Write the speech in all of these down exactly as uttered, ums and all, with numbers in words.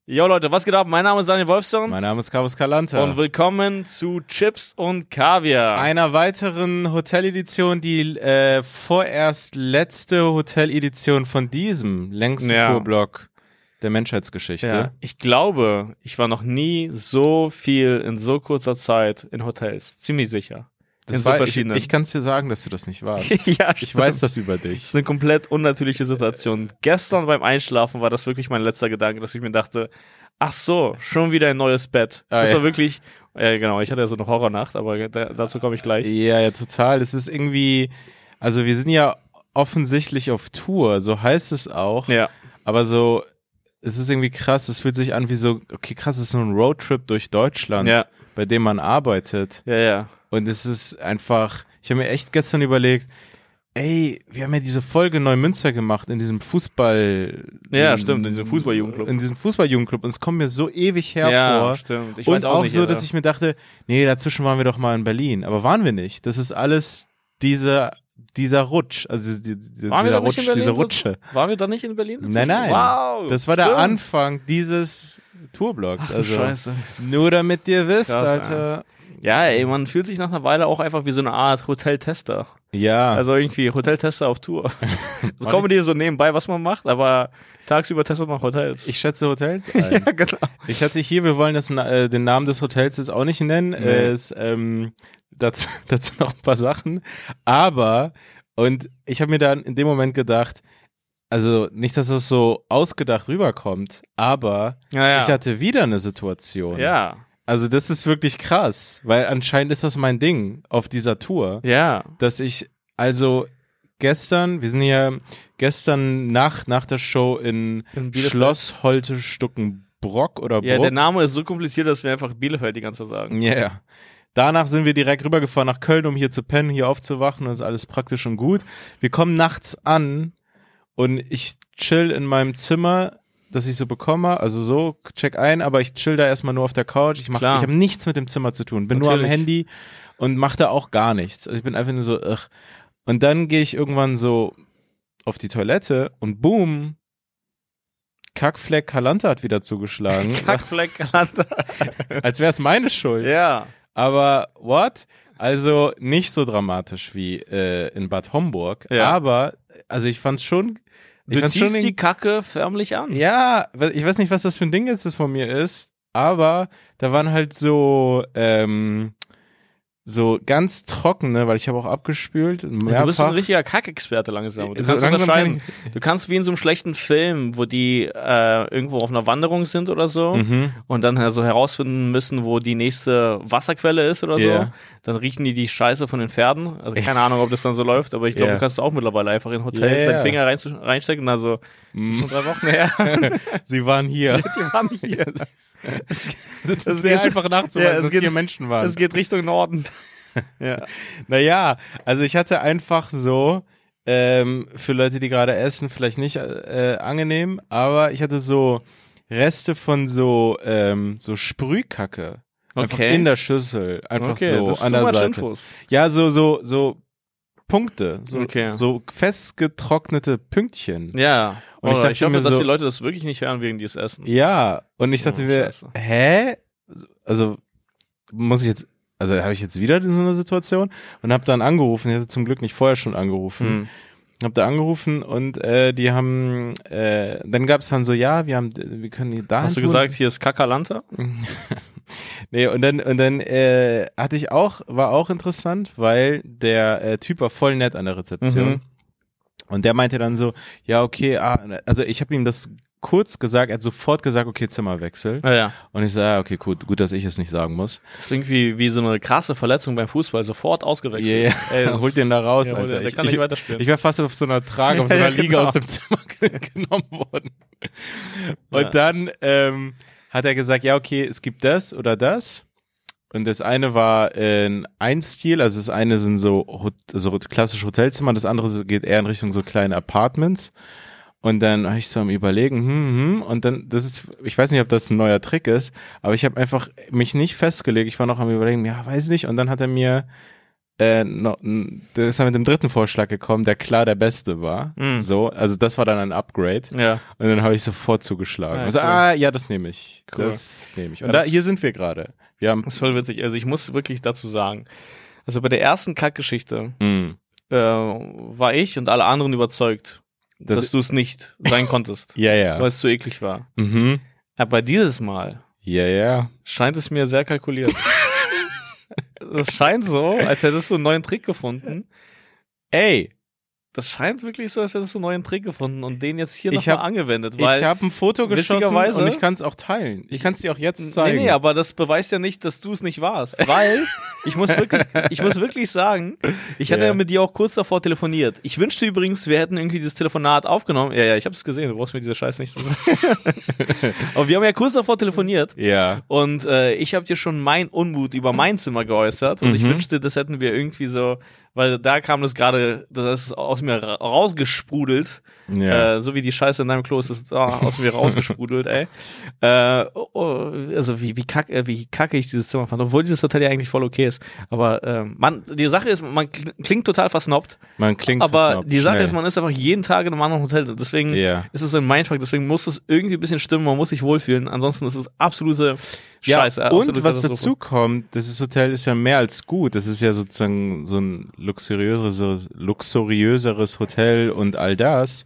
Jo Leute, was geht ab? Mein Name ist Daniel Wolfson. Mein Name ist Carlos Calanta. Und willkommen zu Chips und Kaviar. Einer weiteren Hoteledition, die äh, vorerst letzte Hoteledition von diesem längsten ja. Tourblock der Menschheitsgeschichte. Ja. Ich glaube, ich war noch nie so viel in so kurzer Zeit in Hotels. Ziemlich sicher. Das war, so ich ich kann es dir sagen, dass du das nicht warst. ja, ich weiß das über dich. Das ist eine komplett unnatürliche Situation. Gestern beim Einschlafen war das wirklich mein letzter Gedanke, dass ich mir dachte, ach so, schon wieder ein neues Bett. Ah, das ja. war wirklich, ja genau, ich hatte ja so eine Horrornacht, aber da, dazu komme ich gleich. Ja, ja, total. Es ist irgendwie, also wir sind ja offensichtlich auf Tour, so heißt es auch. Ja. Aber so, es ist irgendwie krass, es fühlt sich an wie so, okay krass, es ist so ein Roadtrip durch Deutschland, ja. bei dem man arbeitet. Ja, ja. Und es ist einfach, ich habe mir echt gestern überlegt, ey, wir haben ja diese Folge Neumünster gemacht in diesem Fußball... Ja, in, stimmt, in diesem Fußballjugendclub. In diesem Fußballjugendclub und es kommt mir so ewig her ja, vor. Stimmt. Ich und weiß auch, auch nicht, so, oder? dass ich mir dachte, nee, dazwischen waren wir doch mal in Berlin. Aber waren wir nicht. Das ist alles dieser, dieser Rutsch, also die, die, waren dieser wir Rutsch, diese Rutsche. Waren wir da nicht in Berlin? Dazwischen? Nein, nein. Wow, das war stimmt. der Anfang dieses Tourblocks. Ach du also, Scheiße. Nur damit ihr wisst, Krass, Alter... Ja. Ja, ey, man fühlt sich nach einer Weile auch einfach wie so eine Art Hoteltester. Ja. Also irgendwie Hoteltester auf Tour. Das kommen dir so nebenbei, was man macht, aber tagsüber testet man Hotels. Ich schätze Hotels ein. Ja, genau. Ich hatte hier, wir wollen das, äh, den Namen des Hotels jetzt auch nicht nennen, nee. äh, ist, ähm, dazu, dazu noch ein paar Sachen, aber, und ich habe mir dann in dem Moment gedacht, also nicht, dass das so ausgedacht rüberkommt, aber ja, ja. ich hatte wieder eine Situation. Ja. Also das ist wirklich krass, weil anscheinend ist das mein Ding auf dieser Tour. Ja. Dass ich, also gestern, wir sind ja gestern nach, nach der Show in, in Schloss Holte-Stuckenbrock oder Bruck. Ja, der Name ist so kompliziert, dass wir einfach Bielefeld die ganze Zeit sagen. Ja, yeah. Danach sind wir direkt rübergefahren nach Köln, um hier zu pennen, hier aufzuwachen. Das ist alles praktisch und gut. Wir kommen nachts an und ich chill in meinem Zimmer, dass ich so bekomme, also so, check ein, aber ich chill da erstmal nur auf der Couch. Ich mach, ich habe nichts mit dem Zimmer zu tun, bin Natürlich. nur am Handy und mache da auch gar nichts. Also ich bin einfach nur so, ugh. Und dann gehe ich irgendwann so auf die Toilette und boom, Kackfleck Calanta hat wieder zugeschlagen. Kackfleck Calanta. Als wäre es meine Schuld. Ja. Aber what? Also nicht so dramatisch wie äh, in Bad Homburg, ja. aber also ich fand's schon Du ziehst schon die Kacke förmlich an. Ja, ich weiß nicht, was das für ein Ding ist, das von mir ist, aber da waren halt so ähm, so ganz trockene, weil ich habe auch abgespült. Du bist ein richtiger Kackexperte langsam. Du, so kannst langsam unterscheiden. Du kannst wie in so einem schlechten Film, wo die äh, irgendwo auf einer Wanderung sind oder so mhm. und dann so herausfinden müssen, wo die nächste Wasserquelle ist oder so. Yeah. Dann riechen die die Scheiße von den Pferden. Also keine Ahnung, ob das dann so läuft, aber ich glaube, yeah. du kannst auch mittlerweile einfach in Hotels yeah. deinen Finger rein, reinstecken und also mm. schon drei Wochen her. Sie waren hier. Die waren hier. Das, das ist sehr einfach nachzuweisen, ja, dass geht, hier Menschen waren. Es geht Richtung Norden. Ja. Naja, also ich hatte einfach so, ähm, für Leute, die gerade essen, vielleicht nicht äh, angenehm, aber ich hatte so Reste von so, ähm, so Sprühkacke. Einfach okay. in der Schüssel. Einfach okay, so das an der Seite. Infos. Ja, so, so, so Punkte. So, okay. so festgetrocknete Pünktchen. Ja. Und ich, dachte ich hoffe, mir so, dass die Leute das wirklich nicht hören, wegen dieses Essen. Ja, und ich dachte oh, mir, Scheiße. hä? Also, muss ich jetzt, also habe ich jetzt wieder so eine Situation und habe dann angerufen, ich hatte zum Glück nicht vorher schon angerufen, hm. habe da angerufen und äh, die haben, äh, dann gab es dann so, ja, wir haben, wir können die da. Hast du gesagt, hier ist Kakalanta? Nee, und dann, und dann äh, hatte ich auch, war auch interessant, weil der äh, Typ war voll nett an der Rezeption. Mhm. Und der meinte dann so, ja, okay, ah, also ich habe ihm das kurz gesagt, er hat sofort gesagt, okay, Zimmerwechsel. Ja, ja. Und ich so, ja, okay, gut, gut, dass ich es nicht sagen muss. Das ist irgendwie wie so eine krasse Verletzung beim Fußball, sofort ausgewechselt. Yeah. Ey, holt den da raus, ja, Alter. Der, der ich, kann nicht ich, weiterspielen. Ich wäre fast auf so einer Trage, auf so einer ja, Liga genau. aus dem Zimmer genommen worden. Und ja. dann ähm, hat er gesagt, ja, okay, es gibt das oder das. Und das eine war in ein Stil, also das eine sind so, so klassische Hotelzimmer, das andere geht eher in Richtung so kleine Apartments. Und dann habe ich so am Überlegen, hm, hm, und dann, das ist, ich weiß nicht, ob das ein neuer Trick ist, aber ich habe einfach mich nicht festgelegt. Ich war noch am Überlegen, ja, weiß nicht. Und dann hat er mir äh, no, da ist er mit dem dritten Vorschlag gekommen, der klar der beste war. Mhm. So, also das war dann ein Upgrade. Ja. Und dann habe ich sofort zugeschlagen. Ja, also, cool. ah, ja, das nehme ich. Cool. Das nehme ich. Und Ja, da, das- hier sind wir gerade. Wir haben, Das ist voll witzig. Also ich muss wirklich dazu sagen, also bei der ersten Kackgeschichte mh, äh, war ich und alle anderen überzeugt, Das- dass du es nicht sein konntest, ja, ja. weil es zu eklig war. Mhm. Aber dieses Mal Ja, ja. scheint es mir sehr kalkuliert. Das scheint so, als hättest du einen neuen Trick gefunden. Ey, Das scheint wirklich so, als hättest du einen neuen Trick gefunden und den jetzt hier Ich nochmal hab- angewendet. Weil ich habe ein Foto geschossen witzigerweise- und ich kann es auch teilen. Ich kann es dir auch jetzt zeigen. Nee, nee, aber das beweist ja nicht, dass du es nicht warst. Weil, ich muss wirklich, ich muss wirklich sagen, ich hatte Ja. ja mit dir auch kurz davor telefoniert. Ich wünschte übrigens, wir hätten irgendwie dieses Telefonat aufgenommen. Ja, ja, ich habe es gesehen, du brauchst mir diese Scheiße nicht zu sagen. Aber wir haben ja kurz davor telefoniert. Ja. Und äh, ich habe dir schon mein Unmut über mein Zimmer geäußert. Und ich Mhm. wünschte, das hätten wir irgendwie so, weil da kam das gerade, das ist aus mir ra rausgesprudelt. Ja. Äh, so wie die Scheiße in deinem Klo ist es da aus mir rausgesprudelt, ey. Äh, oh, oh, also wie, wie, kack, äh, wie kacke ich dieses Zimmer fand, obwohl dieses Hotel ja eigentlich voll okay ist. Aber ähm, man, die Sache ist, man kl- klingt total versnobbt, Man klingt aber versnobbt, die Sache schnell. ist, man ist einfach jeden Tag in einem anderen Hotel. Deswegen Ja. ist es so ein Mindfuck, deswegen muss es irgendwie ein bisschen stimmen, man muss sich wohlfühlen. Ansonsten ist es absolute Scheiße. Ja, absolute und was Katastrophe. dazu kommt, dieses Hotel ist ja mehr als gut. Das ist ja sozusagen so ein luxuriöseres, luxuriöseres Hotel und all das.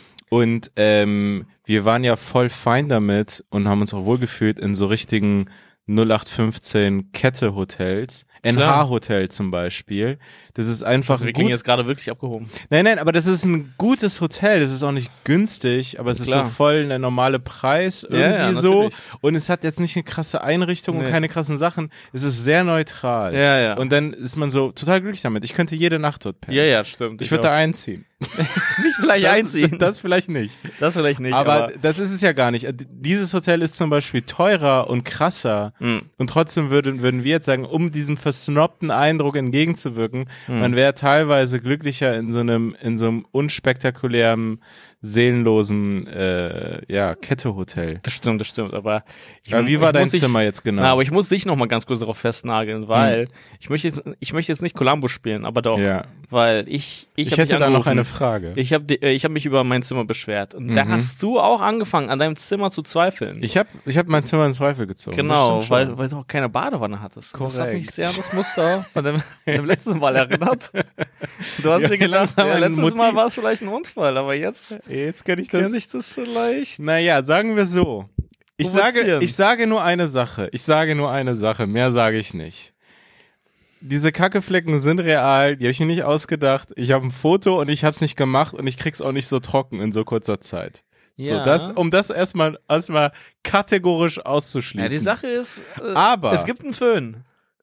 Und ähm, wir waren ja voll fein damit und haben uns auch wohlgefühlt in so richtigen null acht fünfzehn Kette-Hotels. N H-Hotel zum Beispiel. Das ist einfach Also wir gut. klingen jetzt gerade wirklich abgehoben. Nein, nein, aber das ist ein gutes Hotel. Das ist auch nicht günstig, aber es ist Klar. so voll der normale Preis irgendwie Ja, ja, so. natürlich. Und es hat jetzt nicht eine krasse Einrichtung Nee. und keine krassen Sachen. Es ist sehr neutral. Ja, ja. Und dann ist man so total glücklich damit. Ich könnte jede Nacht dort pennen. Ja, ja, stimmt. Ich würde da auch. einziehen. nicht vielleicht Das, einziehen. das vielleicht nicht. Das vielleicht nicht. Aber, Aber, das ist es ja gar nicht. Dieses Hotel ist zum Beispiel teurer und krasser. Hm. Und trotzdem würden, würden wir jetzt sagen, um diesem versnobten Eindruck entgegenzuwirken, Hm. man wäre teilweise glücklicher in so einem, in so einem unspektakulären, seelenlosen, äh, ja, Kette-Hotel. das stimmt, das stimmt. Aber ich, Aber wie war ich dein muss dich- Zimmer jetzt genau? Na, aber ich muss dich noch mal ganz kurz darauf festnageln, weil ich möchte jetzt, ich möchte jetzt nicht Columbo spielen, aber doch, Ja. weil ich, ich, ich hab hätte dich da noch angerufen. eine Frage. Ich habe ich hab mich über mein Zimmer beschwert und da Mhm. hast du auch angefangen, an deinem Zimmer zu zweifeln. Ich habe ich hab mein Zimmer in Zweifel gezogen. Das Genau, stimmt weil, schon. weil du auch keine Badewanne hattest. Und Das hat mich Korrekt. sehr an das Muster von dem, von dem letzten Mal erinnert. Du hast Ja, dir gedacht, langsam ja, ein letztes Motiv. Mal war es vielleicht ein Unfall, aber jetzt Jetzt kann ich das. kann ich das vielleicht. Naja, sagen wir so. Ich sage, Provozieren. ich sage nur eine Sache. Ich sage nur eine Sache. Mehr sage ich nicht. Diese Kackeflecken sind real. Die habe ich mir nicht ausgedacht. Ich habe ein Foto und ich habe es nicht gemacht und ich krieg's auch nicht so trocken in so kurzer Zeit. So, Ja. das, um das erstmal, erstmal kategorisch Ja, auszuschließen. die Sache ist, äh, Aber- es gibt einen Föhn.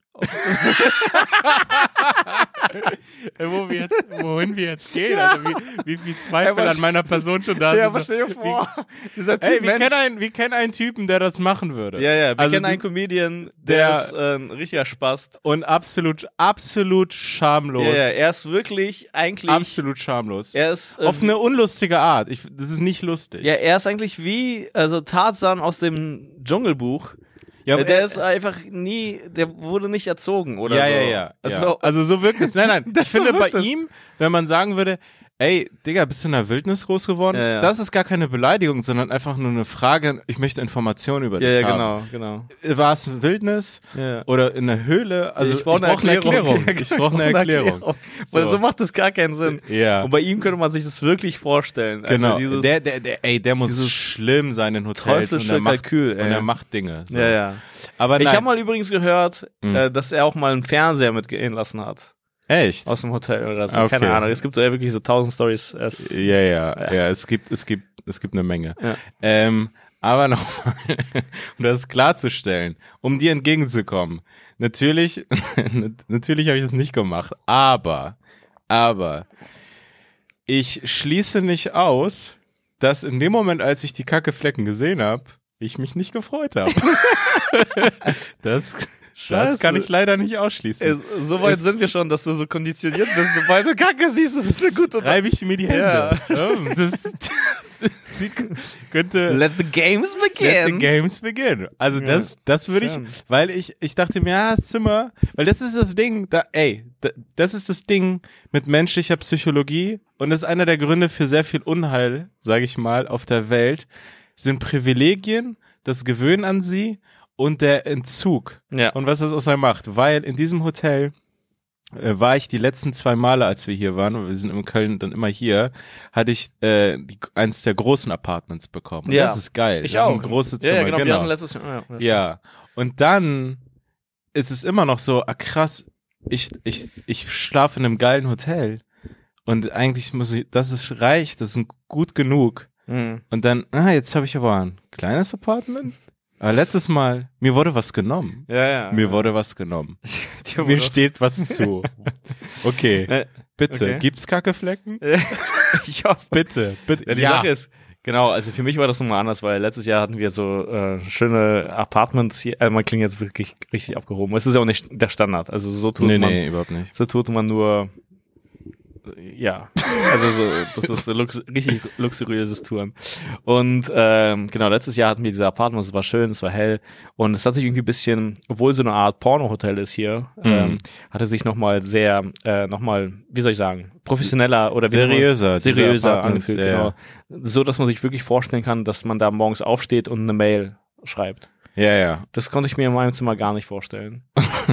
Wo wir jetzt, wohin wir jetzt gehen, also wie, wie viel Zweifel Ja, aber- an meiner Person schon da Ja, sind. aber So, stell dir vor, dieser Ey, Typ wir Mensch. kennen, einen, wir kennen einen Typen, der das machen würde. Ja, ja, wir Also kennen die- einen Comedian, der, der- ist äh, ein richtiger Spast. Und absolut, absolut schamlos. Ja, ja, er ist wirklich eigentlich, absolut schamlos. er ist, äh, Auf eine unlustige Art. Ich, das ist nicht lustig. ja, er ist eigentlich wie, also Tarzan aus dem Dschungelbuch. Ja, Äh, aber der er- ist einfach nie, der wurde nicht erzogen oder ja, so. ja, ja, Also, ja. Also so wirkt es. Nein, nein. Das Ich finde so bei wirkt es. ihm, wenn man sagen würde, ey, Digga, bist du in der Wildnis groß geworden? Ja, ja. Das ist gar keine Beleidigung, sondern einfach nur eine Frage, ich möchte Informationen über ja, dich ja, haben. genau, genau. War es Wildnis Ja. oder in der Höhle? Also ich brauche eine, brauch Erklärung. Ich brauche eine Erklärung. Weil So. so macht das gar keinen Sinn. Ja. Und bei ihm könnte man sich das wirklich vorstellen. Genau. Also dieses, der, der, der, ey, der muss dieses schlimm sein in Hotels und teuflische er macht, Kalkül, und ey. er macht Dinge. So. ja, ja. Aber Ich nein. habe mal übrigens gehört, Mhm. äh, dass er auch mal einen Fernseher mitgehen lassen hat. Echt? Aus dem Hotel oder so. Okay. Keine Ahnung. Es gibt ja wirklich so tausend Stories. Es, Ja, ja, ja, es gibt, es gibt, es gibt eine Menge. Ja. Ähm, aber nochmal, um das klarzustellen, um dir entgegenzukommen. Natürlich, natürlich habe ich das nicht gemacht, aber, aber, ich schließe nicht aus, dass in dem Moment, als ich die Kackeflecken gesehen habe, ich mich nicht gefreut habe. das, das Scheiße. kann ich leider nicht ausschließen. äh, so weit Es- sind wir schon, dass du so konditioniert bist. Sobald du Kacke siehst, das ist eine gute reibe ich mir die Hände. Ja. Ja, das, das, sieht, könnte Let the games begin. Let the games begin. Also Ja, das, das würde ich, schön. weil ich, ich dachte mir, ja, das Zimmer, weil das ist das Ding, da, ey, da, das ist das Ding mit menschlicher Psychologie und das ist einer der Gründe für sehr viel Unheil, sage ich mal, auf der Welt, sind Privilegien, das Gewöhnen an sie und der Entzug. Ja. Und was das aus einem macht, weil in diesem Hotel äh, war ich die letzten zwei Male, als wir hier waren, wir sind in Köln dann immer hier, hatte ich äh, die, eins der großen Apartments bekommen. Und Ja. das ist geil. Ich das auch. sind große Ja, Zimmer, ja, genau. Wir genau. hatten letztes Jahr. Ja, Ja, und dann ist es immer noch so, ah krass, ich, ich, ich schlafe in einem geilen Hotel und eigentlich muss ich, das ist reicht, das ist gut genug. Mhm. Und dann, ah, jetzt habe ich aber ein kleines Apartment. Aber letztes Mal, mir wurde was genommen. Ja, ja. Mir wurde was genommen. Die haben Mir das- steht was zu. Okay, Äh, bitte, okay. gibt's Kackeflecken? Ich hoffe. Bitte, bitte. Ja, die Sache ist, genau, also für mich war das nochmal anders, weil letztes Jahr hatten wir so äh, schöne Apartments hier, also man klingt jetzt wirklich richtig abgehoben. Es ist ja auch nicht der Standard, also so tut Nee, man, nee, überhaupt nicht. so tut man nur, äh, ja, also so, das ist so lux richtig luxuriöses Touren. Und ähm, genau, letztes Jahr hatten wir diese Apartments, es war schön, es war hell und es hat sich irgendwie ein bisschen, obwohl so eine Art Porno-Hotel ist hier, ähm, hatte sich nochmal sehr, äh, nochmal, wie soll ich sagen, professioneller oder wie nennt man- Seriöser. diese seriöser Apartments, angefühlt, ja, genau. So, dass man sich wirklich vorstellen kann, dass man da morgens aufsteht und eine Mail schreibt. Ja, ja. Das konnte ich mir in meinem Zimmer gar nicht vorstellen.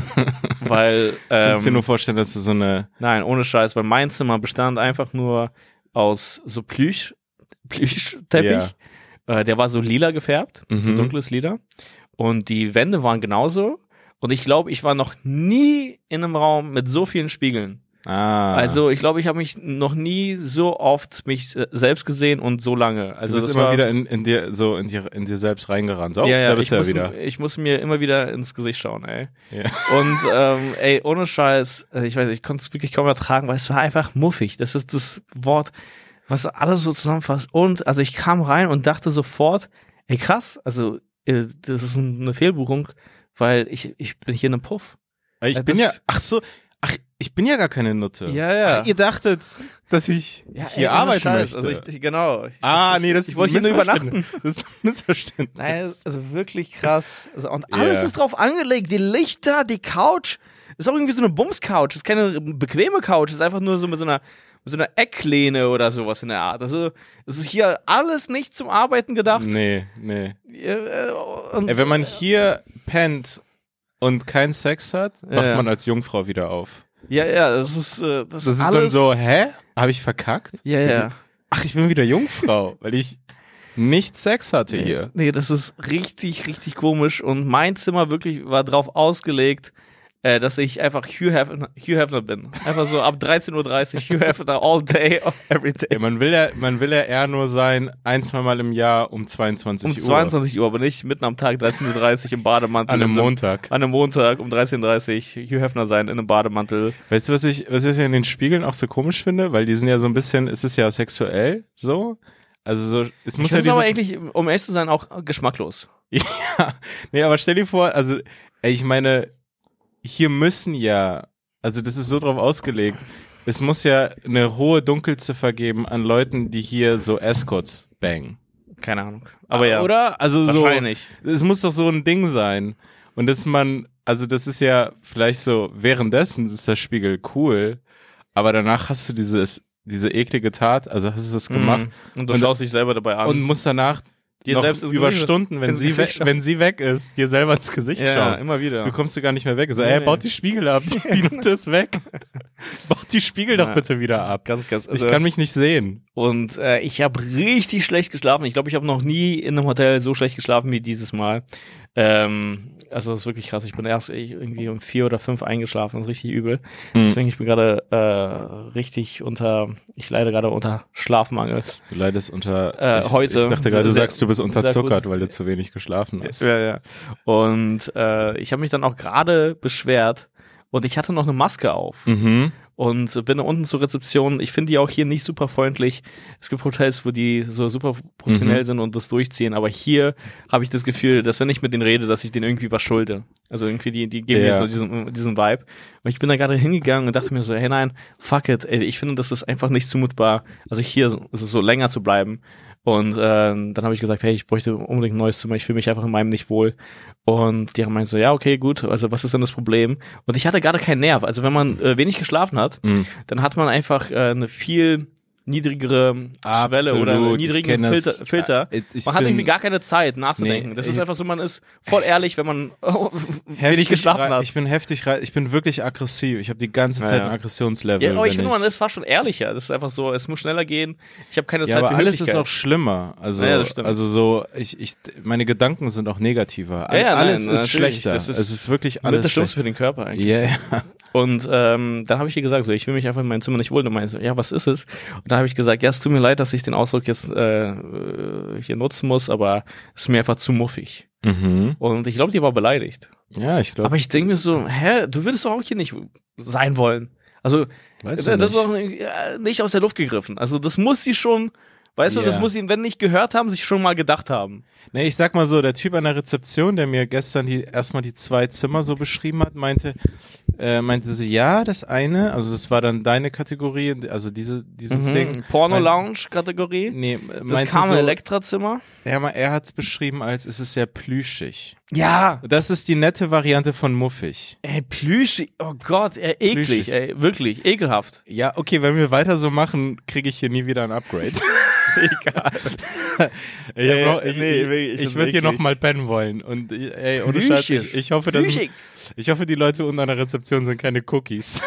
Weil, Kannst dir ähm, nur vorstellen, dass du so eine, nein, ohne Scheiß, weil mein Zimmer bestand einfach nur aus so Plüsch, Plüschteppich. Äh, der war so lila gefärbt, so Mhm. dunkles Lila. Und die Wände waren genauso. Und ich glaube, ich war noch nie in einem Raum mit so vielen Spiegeln. ah. Also ich glaube, ich habe mich noch nie so oft mich äh, selbst gesehen und so lange. Also du bist das immer war, wieder in, in dir, so in dir, in dir selbst reingerannt. So, ja, ja, da bist ich du ja muss, wieder. ich muss mir immer wieder ins Gesicht schauen, ey. Ja. Und ähm, ey, ohne Scheiß, äh, ich weiß, nicht, ich konnte es wirklich kaum ertragen, weil es war einfach muffig. Das ist das Wort, was alles so zusammenfasst. Und also ich kam rein und dachte sofort, ey krass, also äh, das ist eine Fehlbuchung, weil ich ich bin hier in einem Puff. Ich Äh, bin das- ja, ach so, ach, ich bin ja gar keine Nutte. Ja, ja. Ach, ihr dachtet, dass ich Ja, hier ey, ohne arbeiten Scheiß. möchte. Also ich, ich genau. Ich, ah, ich, nee, das ich ist wollte hier nur übernachten. Das ist ein Missverständnis. Nein, das ist also wirklich krass. Also, und Ja. alles ist drauf angelegt. Die Lichter, die Couch. Ist auch irgendwie so eine Bums-Couch. Ist keine bequeme Couch. Ist einfach nur so mit so einer, mit so einer Ecklehne oder sowas in der Art. Also, es ist hier alles nicht zum Arbeiten gedacht. Nee, nee. Ja, äh, und, Ey, wenn man hier pennt und keinen Sex hat, Ja, wacht ja. man als Jungfrau wieder auf. ja, ja, das ist, äh, das, Das ist alles, dann so, hä? Habe ich verkackt? Ja, ja. Ach, ich bin wieder Jungfrau, weil ich nicht Sex hatte hier. Nee, das ist richtig, richtig komisch. Und mein Zimmer wirklich war drauf ausgelegt, äh, dass ich einfach Hugh Hefner, Hugh Hefner bin. Einfach so ab dreizehn Uhr dreißig Hugh Hefner all day, every day. Ey, man will ja, man will ja eher nur sein, ein, zweimal im Jahr um zweiundzwanzig Um Uhr. zweiundzwanzig Uhr, aber nicht mitten am Tag, dreizehn Uhr dreißig im Bademantel. An einem in so- Montag. An einem Montag um dreizehn Uhr dreißig Hugh Hefner sein in einem Bademantel. Weißt du, was ich, was ich in den Spiegeln auch so komisch finde? Weil die sind ja so ein bisschen, es ist ja sexuell, so. Also so, es muss Ich ja finde es aber diese, eigentlich, um ehrlich zu sein, auch geschmacklos. ja, nee, aber stell dir vor, also, ey, ich meine, hier müssen ja, also das ist so drauf ausgelegt, es muss ja eine hohe Dunkelziffer geben an Leuten, die hier so Escorts bangen. Keine Ahnung. Aber ja. Oder? Also so, Wahrscheinlich. es muss doch so ein Ding sein. Und dass man, also das ist ja vielleicht so, währenddessen ist der Spiegel cool, aber danach hast du dieses, diese eklige Tat, also hast du das gemacht Mhm. Und du Und- schaust dich selber dabei an. und musst danach dir noch selbst ins über Gesicht- Stunden, wenn ins sie, Gesicht we schauen. wenn sie weg ist, dir selber ins Gesicht ja, schauen. immer wieder. Du kommst du gar nicht mehr weg. So, Nee, ey, nee. baut die Spiegel ab, die, die Nutte ist weg. Baut die Spiegel doch Ja. bitte wieder ab. Ganz, ganz. Also, Ich kann mich nicht sehen. und äh, ich habe richtig schlecht geschlafen. Ich glaube, ich habe noch nie in einem Hotel so schlecht geschlafen wie dieses Mal. Ähm, also das ist wirklich krass. Ich bin erst irgendwie um vier oder fünf eingeschlafen. Das ist richtig übel. Hm. Deswegen ich bin gerade äh, richtig unter. Ich leide gerade unter Schlafmangel. Du leidest unter, Äh, ich, heute. ich dachte gerade, du Sehr- sagst, du bist sehr unterzuckert, gut. weil du zu wenig geschlafen hast. Ja, ja. Und äh, ich habe mich dann auch gerade beschwert und ich hatte noch eine Maske auf. Mhm. Und bin da unten zur Rezeption. Ich finde die auch hier nicht super freundlich. Es gibt Hotels, wo die so super professionell Mhm. sind und das durchziehen. Aber hier habe ich das Gefühl, dass wenn ich mit denen rede, dass ich denen irgendwie was schulde. Also irgendwie, die, die geben Ja. mir so diesen, diesen Vibe. Und ich bin da gerade hingegangen und dachte mir so, hey nein, fuck it. Ey, ich finde, das ist einfach nicht zumutbar, also hier so, also so länger zu bleiben. Und äh, dann habe ich gesagt, hey, ich bräuchte unbedingt ein neues Zimmer, ich fühle mich einfach in meinem nicht wohl. Und die haben meint so, ja, okay, gut, also was ist denn das Problem? Und ich hatte gerade keinen Nerv. Also wenn man äh, wenig geschlafen hat, Mhm. dann hat man einfach äh, eine viel niedrigere Schwelle oder einen Absolut, ich niedrigen kenn das. Filter. Filter. Ich- ich man hat bin- irgendwie gar keine Zeit nachzudenken. Nee, das ist ich- einfach so, man ist voll ehrlich, wenn man wenig Heftig geschlafen rei- hat. Ich bin heftig, rei- ich bin wirklich aggressiv. Ich habe die ganze Ja, Zeit ja. ein Aggressionslevel. Ja, aber ich wenn finde, man ist fast schon ehrlicher. Das ist einfach so, es muss schneller gehen. Ich habe keine Ja, Zeit aber für alles ist Höflichkeit. auch schlimmer. Also, Ja, das stimmt. also so, ich, ich, meine Gedanken sind auch negativer. Ja, ja, alles nein, ist natürlich. schlechter. Das ist es ist wirklich mit alles das Schlimmste schlechter. für den Körper eigentlich. Ja, ja. Und ähm, dann habe ich ihr gesagt, so, ich will mich einfach in meinem Zimmer nicht wohl. Und meinte so, ja, was ist es? Und dann habe ich gesagt, ja, es tut mir leid, dass ich den Ausdruck jetzt äh, äh, hier nutzen muss, aber es ist mir einfach zu muffig. Mhm. Und ich glaube, die war beleidigt. Ja, ich glaube. Aber ich denke mir so, hä, du würdest doch auch hier nicht sein wollen. Also, Weißt das du ist auch äh, nicht aus der Luft gegriffen. Also, das muss sie schon, weißt du, Ja. das muss sie, wenn nicht gehört haben, sich schon mal gedacht haben. Nee, ich sag mal so, der Typ an der Rezeption, der mir gestern die erstmal die zwei Zimmer so beschrieben hat, meinte, äh, meinte so, ja, das eine, also das war dann deine Kategorie, also diese, dieses Ding. Mein- Porno-Lounge-Kategorie. Nee, Das meinte Carmen so, Elektra-Zimmer. er, er hat's beschrieben als, es ist sehr plüschig. Ja. Das ist die nette Variante von muffig. Ey, plüschig. Oh Gott, ey, eklig, Plüschig. ey, wirklich, ekelhaft. Ja, okay, wenn wir weiter so machen, kriege ich hier nie wieder ein Upgrade. Egal. ich Ey, hab noch, ich, nee, ich, wirklich, ich ist würde hier eklig. noch mal pennen wollen. Und ey, ohne Scheiß, Plüschig. ich, ich hoffe, dass Plüschig. ich hoffe, die Leute unten an der Rezeption sind keine Cookies.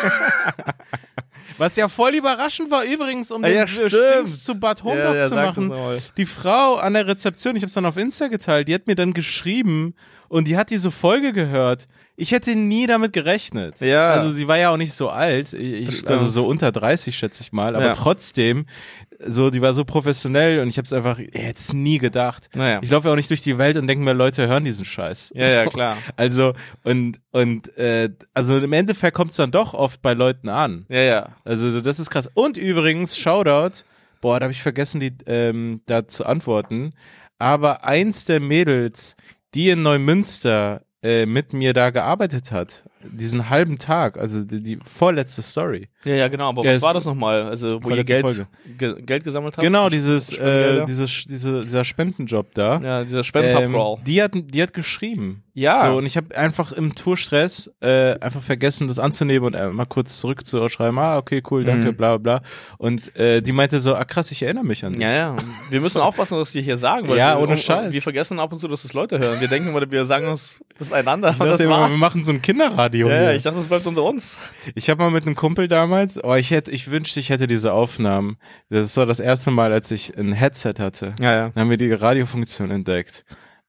Was ja voll überraschend war übrigens, um Ah, den ja, äh, stimmt. Stings zu Bad Homburg Ja, ja, zu sag machen. das mal. Die Frau an der Rezeption, ich habe es dann auf Insta geteilt, die hat mir dann geschrieben und die hat diese Folge gehört. Ich hätte nie damit gerechnet. Ja. Also sie war ja auch nicht so alt, ich, Das ich, stimmt. also so unter dreißig schätze ich mal, aber Ja. trotzdem, so die war so professionell und ich habe es einfach jetzt nie gedacht. Naja. Ich laufe ja auch nicht durch die Welt und denke mir, Leute hören diesen Scheiß. Ja, ja, So. klar. Also und und äh, also im Endeffekt kommt es dann doch oft bei Leuten an. Ja, ja. Also das ist krass. Und übrigens, Shoutout, boah, da habe ich vergessen, die, ähm, da zu antworten, aber eins der Mädels, die in Neumünster äh, mit mir da gearbeitet hat, diesen halben Tag, also die, die vorletzte Story. Ja, ja, genau. Aber Ja, was es- war das nochmal? Also, wo ihr Vorletzte Geld, Folge. ge Geld gesammelt habt? Genau, dieses, äh, Spendengelder? dieses, diese, dieser Spendenjob da. Ja, dieser Ähm, Spendenpaprol. die hat, die hat geschrieben. Ja. So, und ich habe einfach im Tourstress äh, einfach vergessen, das anzunehmen und äh, mal kurz zurückzuschreiben, ah, okay, cool, danke, Mhm. bla bla bla. Und äh, die meinte so, ah krass, ich erinnere mich an dich. Ja, ja. Wir müssen aufpassen, was wir hier sagen. Weil Ja, wir, ohne und- Scheiß. Wir vergessen ab und zu, dass das Leute hören. Wir denken immer, wir sagen uns das einander. Ich und das dachte immer, war's. wir machen so ein Kinderradio ja, ja, hier. ich dachte, das bleibt unter uns. Ich habe mal mit einem Kumpel damals, oh, ich hätte, ich wünschte, ich hätte diese Aufnahmen. Das war das erste Mal, als ich ein Headset hatte. Ja, ja. Dann haben wir die Radiofunktion entdeckt.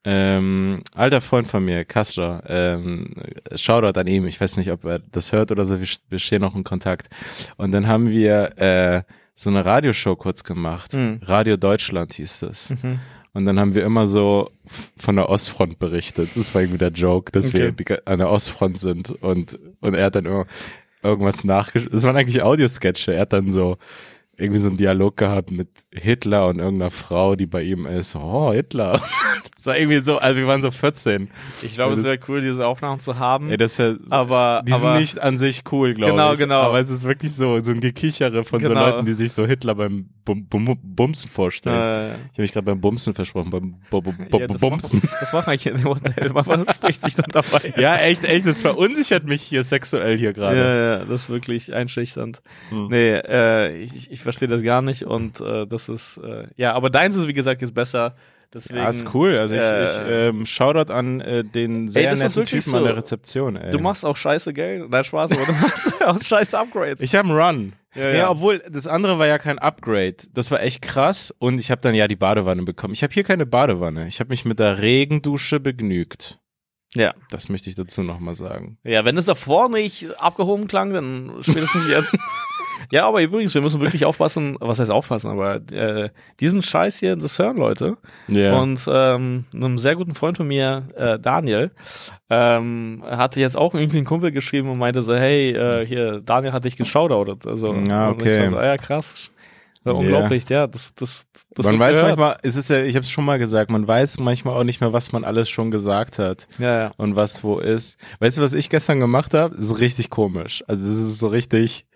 Ähm, alter Freund von mir, Castro, ähm, Shoutout an ihm, ich weiß nicht, ob er das hört oder so, wir, wir stehen noch in Kontakt. Und dann haben wir äh, so eine Radioshow kurz gemacht. Mhm. Radio Deutschland hieß das. Und dann haben wir immer so f- von der Ostfront berichtet. Das war irgendwie der Joke, dass Okay. wir die, an der Ostfront sind. Und, und er hat dann immer irgendwas nachgeschrieben. Das waren eigentlich Audiosketche. Er hat dann so irgendwie so einen Dialog gehabt mit Hitler und irgendeiner Frau, die bei ihm ist. Oh, Hitler. Das war irgendwie so, also wir waren so vierzehn. Ich glaube, Das- es wäre cool, diese Aufnahmen zu haben. Ey, das wär, aber, die sind aber nicht an sich cool, glaube Genau, ich. genau. Aber es ist wirklich so, so ein Gekichere von so Genau. Leuten, die sich so Hitler beim Bum, Bum, Bumsen vorstellen. äh, Ich habe mich gerade beim Bumsen versprochen, beim Bu- Bu- Bu- ja, das Bumsen. Macht, das macht man hier in dem Hotel. Man spricht sich dann dabei. Ja, echt, echt, das verunsichert mich hier sexuell hier gerade. Ja, ja, das ist wirklich einschüchternd. Hm. Nee, äh, ich, ich verstehe das gar nicht und äh, das ist, äh, ja, aber deins ist, wie gesagt, jetzt besser. Deswegen, Ja, ist cool. Also ich, äh, ich ähm, Shoutout an äh, den sehr das ist netten wirklich Typen an so. der Rezeption. Ey. Du machst auch scheiße Geld. Nein, Spaß, aber du machst auch scheiße Upgrades. Ich habe einen Run. Ja, Ja, ja. obwohl das andere war ja kein Upgrade. Das war echt krass und ich habe dann ja die Badewanne bekommen. Ich habe hier keine Badewanne. Ich habe mich mit der Regendusche begnügt. ja. Das möchte ich dazu nochmal sagen. Ja, wenn es davor nicht abgehoben klang, dann spätestens jetzt. Ja, aber übrigens, wir müssen wirklich aufpassen, was heißt aufpassen, aber äh, diesen Scheiß hier, das hören Leute. Ja. Und ähm, einem sehr guten Freund von mir, äh, Daniel, ähm, hatte jetzt auch irgendwie einen Kumpel geschrieben und meinte so, hey, äh, hier, Daniel hat dich geschaudoutet. Also, Ja, und ich okay. war so, ah, ja, krass. Ja, Ja. unglaublich, ja, das, das, das man wird weiß gehört. manchmal, es ist ja, ich habe es schon mal gesagt, man weiß manchmal auch nicht mehr, was man alles schon gesagt hat Ja, ja. und was wo ist. Weißt du, was ich gestern gemacht habe? Das ist richtig komisch. Also das ist so richtig,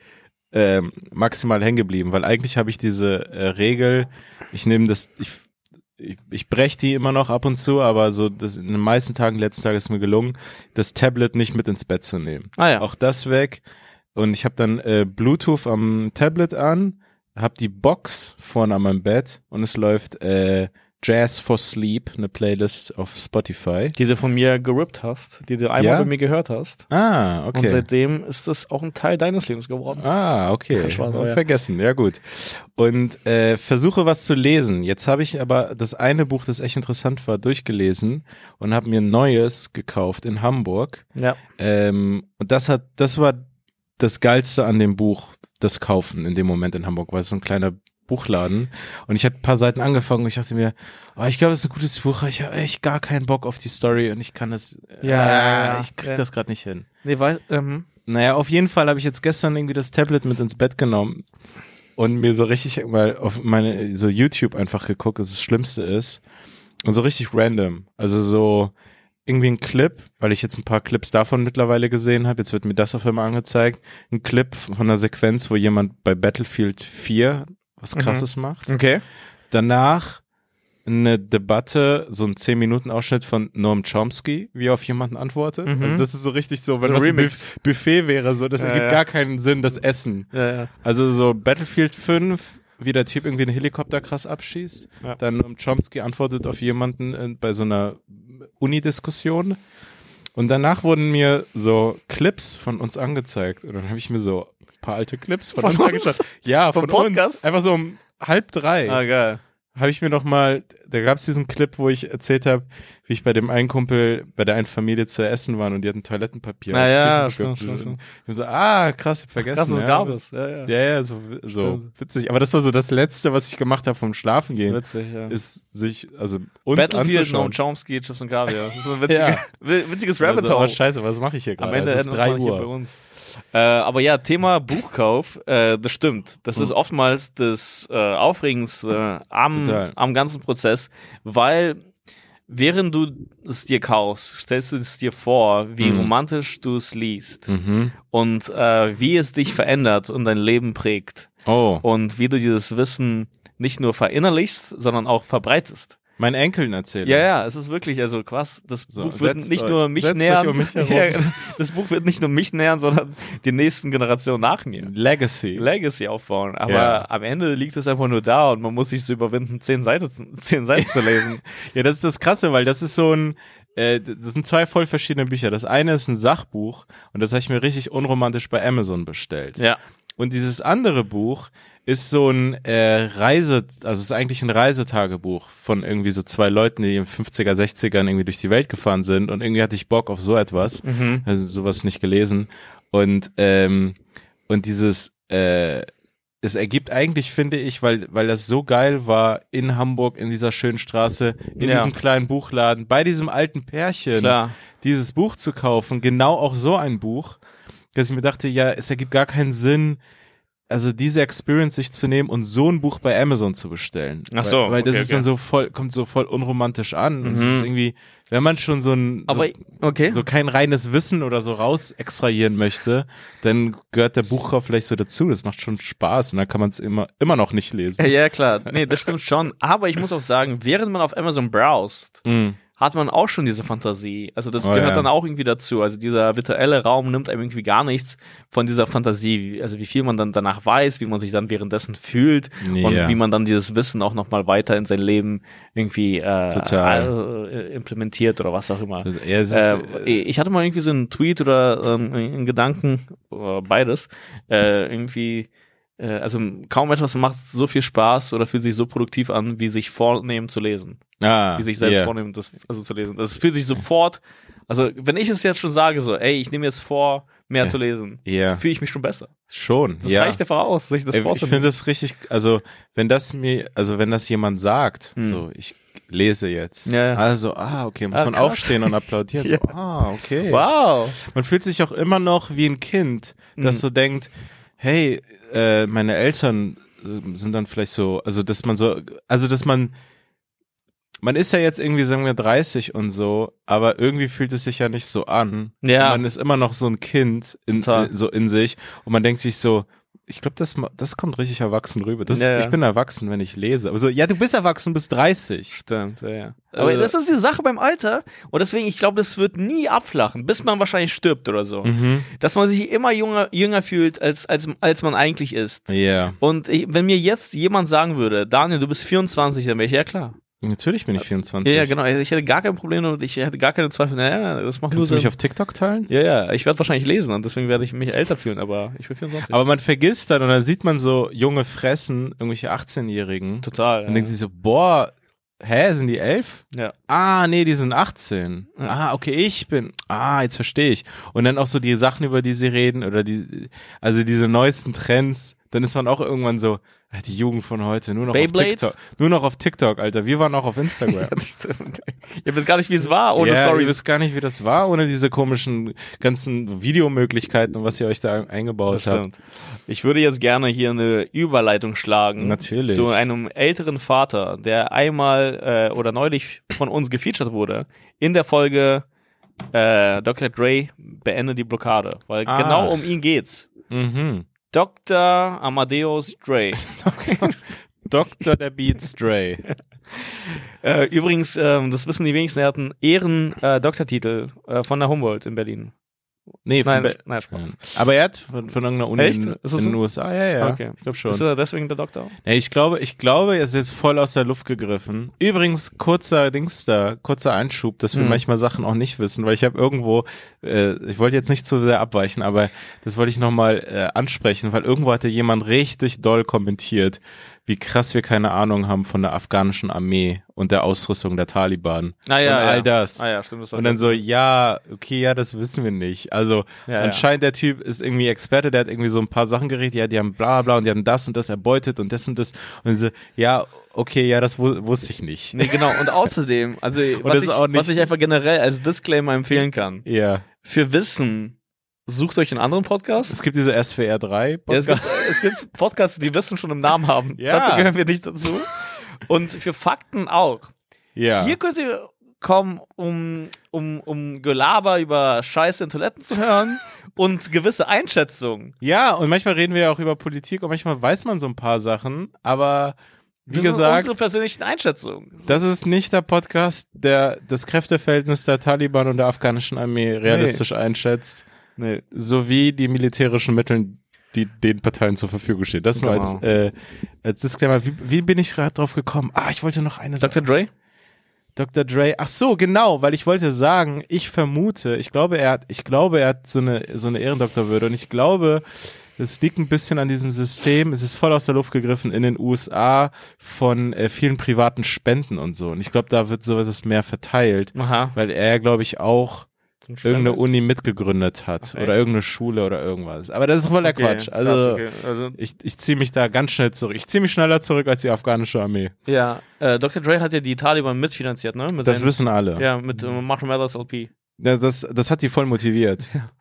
äh, maximal hängen geblieben, weil eigentlich habe ich diese äh, Regel, ich nehme das, ich, ich, ich breche die immer noch ab und zu, aber so das, in den meisten Tagen, letzten Tagen ist mir gelungen, das Tablet nicht mit ins Bett zu nehmen. Ah ja. Auch das weg und ich habe dann äh, Bluetooth am Tablet an, habe die Box vorne an meinem Bett und es läuft äh, Jazz for Sleep, eine Playlist auf Spotify. Die du von mir gerippt hast, die du einmal Ja? bei mir gehört hast. Ah, okay. Und seitdem ist das auch ein Teil deines Lebens geworden. Ah, okay. Das war so, ja. Vergessen, ja gut. Und äh, versuche was zu lesen. Jetzt habe ich aber das eine Buch, das echt interessant war, durchgelesen und habe mir ein neues gekauft in Hamburg. Ja. Ähm, und das hat, das war das Geilste an dem Buch, das Kaufen in dem Moment in Hamburg, weil es so ein kleiner Buchladen und ich habe ein paar Seiten angefangen und ich dachte mir, oh, ich glaube, das ist ein gutes Buch, aber ich habe echt gar keinen Bock auf die Story und ich kann das, Ja, äh, ich krieg ja. das gerade nicht hin. Nee, weil, ähm, Naja, auf jeden Fall habe ich jetzt gestern irgendwie das Tablet mit ins Bett genommen und mir so richtig mal auf meine, so YouTube einfach geguckt, was das Schlimmste ist und so richtig random, also so irgendwie ein Clip, weil ich jetzt ein paar Clips davon mittlerweile gesehen habe, jetzt wird mir das auf einmal angezeigt, ein Clip von einer Sequenz, wo jemand bei Battlefield vier was Krasses mhm. macht. okay. Danach eine Debatte, so ein zehn Minuten Ausschnitt von Noam Chomsky, wie er auf jemanden antwortet. Mhm. Also das ist so richtig so, wenn so das ein Buff- Buffet wäre, so das ja, ergibt ja. gar keinen Sinn, das Essen. Ja, ja. Also so Battlefield fünf, wie der Typ irgendwie einen Helikopter krass abschießt. Ja. Dann Noam Chomsky antwortet auf jemanden in, bei so einer Uni-Diskussion. Und danach wurden mir so Clips von uns angezeigt. Und dann habe ich mir so paar alte Clips von, von uns, uns angeschaut. Ja, von Podcast? uns. Einfach so um halb drei. Ah, geil. Habe ich mir noch mal, da gab es diesen Clip, wo ich erzählt habe, wie ich bei dem einen Kumpel, bei der einen Familie zu essen war und die hatten Toilettenpapier. Na ja, stimmt, stimmt, stimmt. Ich so, ah, krass, ich hab vergessen. Krass, das ja. gab es. Ja, ja, ja, ja so, so witzig. Aber das war so das Letzte, was ich gemacht habe vom Schlafen gehen. Witzig, ja. Ist sich, also uns Battlefield, anzuschauen. No Chomsky, Chips und Kaviar. Das ist ein witziger, ja. witziges Rabbit Hole. Also, oh, scheiße, was mache ich hier gerade? Am Ende es ist drei Uhr. Bei uns. Äh, aber ja, Thema Buchkauf, äh, das stimmt. Das mhm. ist oftmals das äh, Aufregendste am, am ganzen Prozess, weil während du es dir kaufst, stellst du es dir vor, wie mhm. romantisch du es liest mhm. und äh, wie es dich verändert und dein Leben prägt. Oh. Und wie du dieses Wissen nicht nur verinnerlichst, sondern auch verbreitest. Meinen Enkeln erzählen. Ja, ja, es ist wirklich, also krass, das so, Buch wird setzt, nicht nur mich nähern, um mich ja, das Buch wird nicht nur mich nähern, sondern die nächsten Generationen nach mir. Legacy. Legacy aufbauen, aber ja. am Ende liegt es einfach nur da und man muss sich so überwinden, zehn Seiten, zehn Seiten zu lesen. Ja, das ist das Krasse, weil das ist so ein, äh, das sind zwei voll verschiedene Bücher. Das eine ist ein Sachbuch und das habe ich mir richtig unromantisch bei Amazon bestellt. Ja. Und dieses andere Buch ist so ein äh, Reise, also es ist eigentlich ein Reisetagebuch von irgendwie so zwei Leuten, die in fünfziger, sechzigern irgendwie durch die Welt gefahren sind und irgendwie hatte ich Bock auf so etwas, mhm. also sowas nicht gelesen und ähm, und dieses äh, es ergibt eigentlich, finde ich, weil weil das so geil war in Hamburg in dieser schönen Straße, in ja. diesem kleinen Buchladen, bei diesem alten Pärchen, Klar. dieses Buch zu kaufen, genau auch so ein Buch, dass ich mir dachte, ja, es ergibt gar keinen Sinn, also diese Experience sich zu nehmen und so ein Buch bei Amazon zu bestellen. Ach so, weil, weil das okay, ist okay. dann so voll, kommt so voll unromantisch an und Mhm. es ist irgendwie, wenn man schon so ein, so, Aber, okay. so kein reines Wissen oder so raus extrahieren möchte, dann gehört der Buchkauf vielleicht so dazu. Das macht schon Spaß und dann kann man es immer, immer noch nicht lesen. Ja, ja, klar. Nee, das stimmt schon. Aber ich muss auch sagen, während man auf Amazon browst, Mhm. hat man auch schon diese Fantasie. Also das Oh, gehört ja. dann auch irgendwie dazu. Also dieser virtuelle Raum nimmt einem irgendwie gar nichts von dieser Fantasie. Also wie viel man dann danach weiß, wie man sich dann währenddessen fühlt Ja. und wie man dann dieses Wissen auch nochmal weiter in sein Leben irgendwie äh, Total. äh, implementiert oder was auch immer. Ja, es ist, Äh, ich hatte mal irgendwie so einen Tweet oder ähm, einen Gedanken, oder beides, äh, irgendwie äh, also kaum etwas macht so viel Spaß oder fühlt sich so produktiv an, wie sich vornehmen zu lesen. ah, Wie sich selbst yeah. vornehmen, das also zu lesen. Das fühlt sich sofort, also wenn ich es jetzt schon sage, so, ey, ich nehme jetzt vor, mehr Ja. zu lesen, Ja. fühle ich mich schon besser. Schon, Das ja. reicht einfach aus, sich das Ey, ich vorzunehmen. finde das richtig, also wenn das mir, also wenn das jemand sagt, Hm. so ich lese jetzt, Ja. also ah okay, muss Ah, man krass. aufstehen und applaudieren, Ja. so ah okay. Wow. Man fühlt sich auch immer noch wie ein Kind, das Mhm. so denkt, hey, äh, meine Eltern äh, sind dann vielleicht so, also dass man so, also dass man man ist ja jetzt irgendwie, sagen wir, dreißig und so, aber irgendwie fühlt es sich ja nicht so an. Ja. Und man ist immer noch so ein Kind in, Total. so in sich und man denkt sich so, ich glaube, das, das kommt richtig erwachsen rüber. Das, Ja, ja. Ich bin erwachsen, wenn ich lese. Also, ja, du bist erwachsen, du bist dreißig. Stimmt, ja, ja. Aber Also- das ist die Sache beim Alter. Und deswegen, ich glaube, das wird nie abflachen, bis man wahrscheinlich stirbt oder so. Mhm. Dass man sich immer jünger, jünger fühlt, als, als, als man eigentlich ist. Ja, yeah. Und ich, wenn mir jetzt jemand sagen würde, Daniel, du bist vierundzwanzig, dann wäre ich, ja klar. Natürlich bin ich vierundzwanzig. Ja, ja, genau. Ich hätte gar kein Problem und ich hätte gar keine Zweifel. Naja, das macht Kannst du nur mich Sinn. auf TikTok teilen? Ja, ja. Ich werde wahrscheinlich lesen und deswegen werde ich mich älter fühlen, aber ich bin vierundzwanzig. Aber man vergisst dann und dann sieht man so junge Fressen, irgendwelche achtzehnjährigen. Total. Und ja. denkt sich so, boah, hä, sind die elf? Ja. Ah, nee, die sind achtzehn. Ja. Ah, okay, ich bin, ah, jetzt verstehe ich. Und dann auch so die Sachen, über die sie reden oder die, also diese neuesten Trends, dann ist man auch irgendwann so, ah, die Jugend von heute, nur noch Beyblade? auf TikTok. Nur noch auf TikTok, Alter. Wir waren auch auf Instagram. Ihr wisst gar nicht, wie es war ohne ja, ihr Stories. wisst gar nicht, wie das war, ohne diese komischen ganzen Videomöglichkeiten und was ihr euch da eingebaut Das habt. stimmt. Ich würde jetzt gerne hier eine Überleitung schlagen. Natürlich. Zu einem älteren Vater, der einmal äh, oder neulich von uns gefeatured wurde in der Folge äh, Doktor Dre beende die Blockade. Weil Ach. genau um ihn geht's. Mhm. Doktor Amadeus Dre. Doktor der Beats Dre. Äh, übrigens, ähm, das wissen die wenigsten, er hat einen Ehren-Doktortitel äh, von der Humboldt in Berlin. Nee, von Nein, Be- nein, Spaß. Aber er hat von, von irgendeiner Uni Echt? in, Ist das in den so? U S A, ja, ja. Okay. Ich glaube schon. Ist er deswegen der Doktor? Ja, ich glaube, ich glaube, es ist voll aus der Luft gegriffen. Übrigens, kurzer Dings da, kurzer Einschub, dass wir Mhm. manchmal Sachen auch nicht wissen, weil ich habe irgendwo, äh, ich wollte jetzt nicht zu sehr abweichen, aber das wollte ich nochmal äh, ansprechen, weil irgendwo hatte jemand richtig doll kommentiert, wie krass wir keine Ahnung haben von der afghanischen Armee und der Ausrüstung der Taliban Ah, ja, und all ja. das. Ah ja, stimmt. Das Und dann so, ja, okay, ja, das wissen wir nicht. Also Ja, anscheinend der Typ ist irgendwie Experte, der hat irgendwie so ein paar Sachen geredet, ja, die haben bla bla und die haben das und das erbeutet und das und das. Und so, ja, okay, ja, das wu- wusste ich nicht. Nee, genau. Und außerdem, also was, das ich, ist auch nicht- was ich einfach generell als Disclaimer empfehlen kann, Ja. für Wissen, sucht euch einen anderen Podcast. Es gibt diese S V R drei Ja, es, Podcast. gibt, es gibt Podcasts, die Wissen schon im Namen haben. Ja. Dazu gehören wir nicht dazu. Und für Fakten auch. Ja. Hier könnt ihr kommen, um, um, um Gelaber über Scheiße in Toiletten zu hören und gewisse Einschätzungen. ja, und manchmal reden wir ja auch über Politik und manchmal weiß man so ein paar Sachen, aber wie Das sind gesagt, unsere persönlichen Einschätzungen. das ist nicht der Podcast, der das Kräfteverhältnis der Taliban und der afghanischen Armee realistisch einschätzt. Nee. Sowie die militärischen Mittel, die den Parteien zur Verfügung stehen. Das nur Genau. als, äh, als Disclaimer. Wie, wie bin ich gerade drauf gekommen? Ah, ich wollte noch eine Sache. Doktor Dre? Doktor Dre. Ach so, genau, weil ich wollte sagen, ich vermute, ich glaube, er hat, ich glaube, er hat so eine, so eine Ehrendoktorwürde und ich glaube, es liegt ein bisschen an diesem System. Es ist voll aus der Luft gegriffen in den U S A von äh, vielen privaten Spenden und so. Und ich glaube, da wird sowas mehr verteilt, Aha. weil er, glaube ich, auch irgendeine Uni mitgegründet hat Ach, oder echt? irgendeine Schule oder irgendwas. Aber das ist voller Okay, Quatsch. krass, Also, okay. also ich, ich ziehe mich da ganz schnell zurück. Ich ziehe mich schneller zurück als die afghanische Armee. ja, äh, Doktor Dre hat ja die Taliban mitfinanziert, ne? Mit Das seinen- wissen alle. Ja, mit äh, Marshall Mathers L P. Ja, das, das hat die voll motiviert.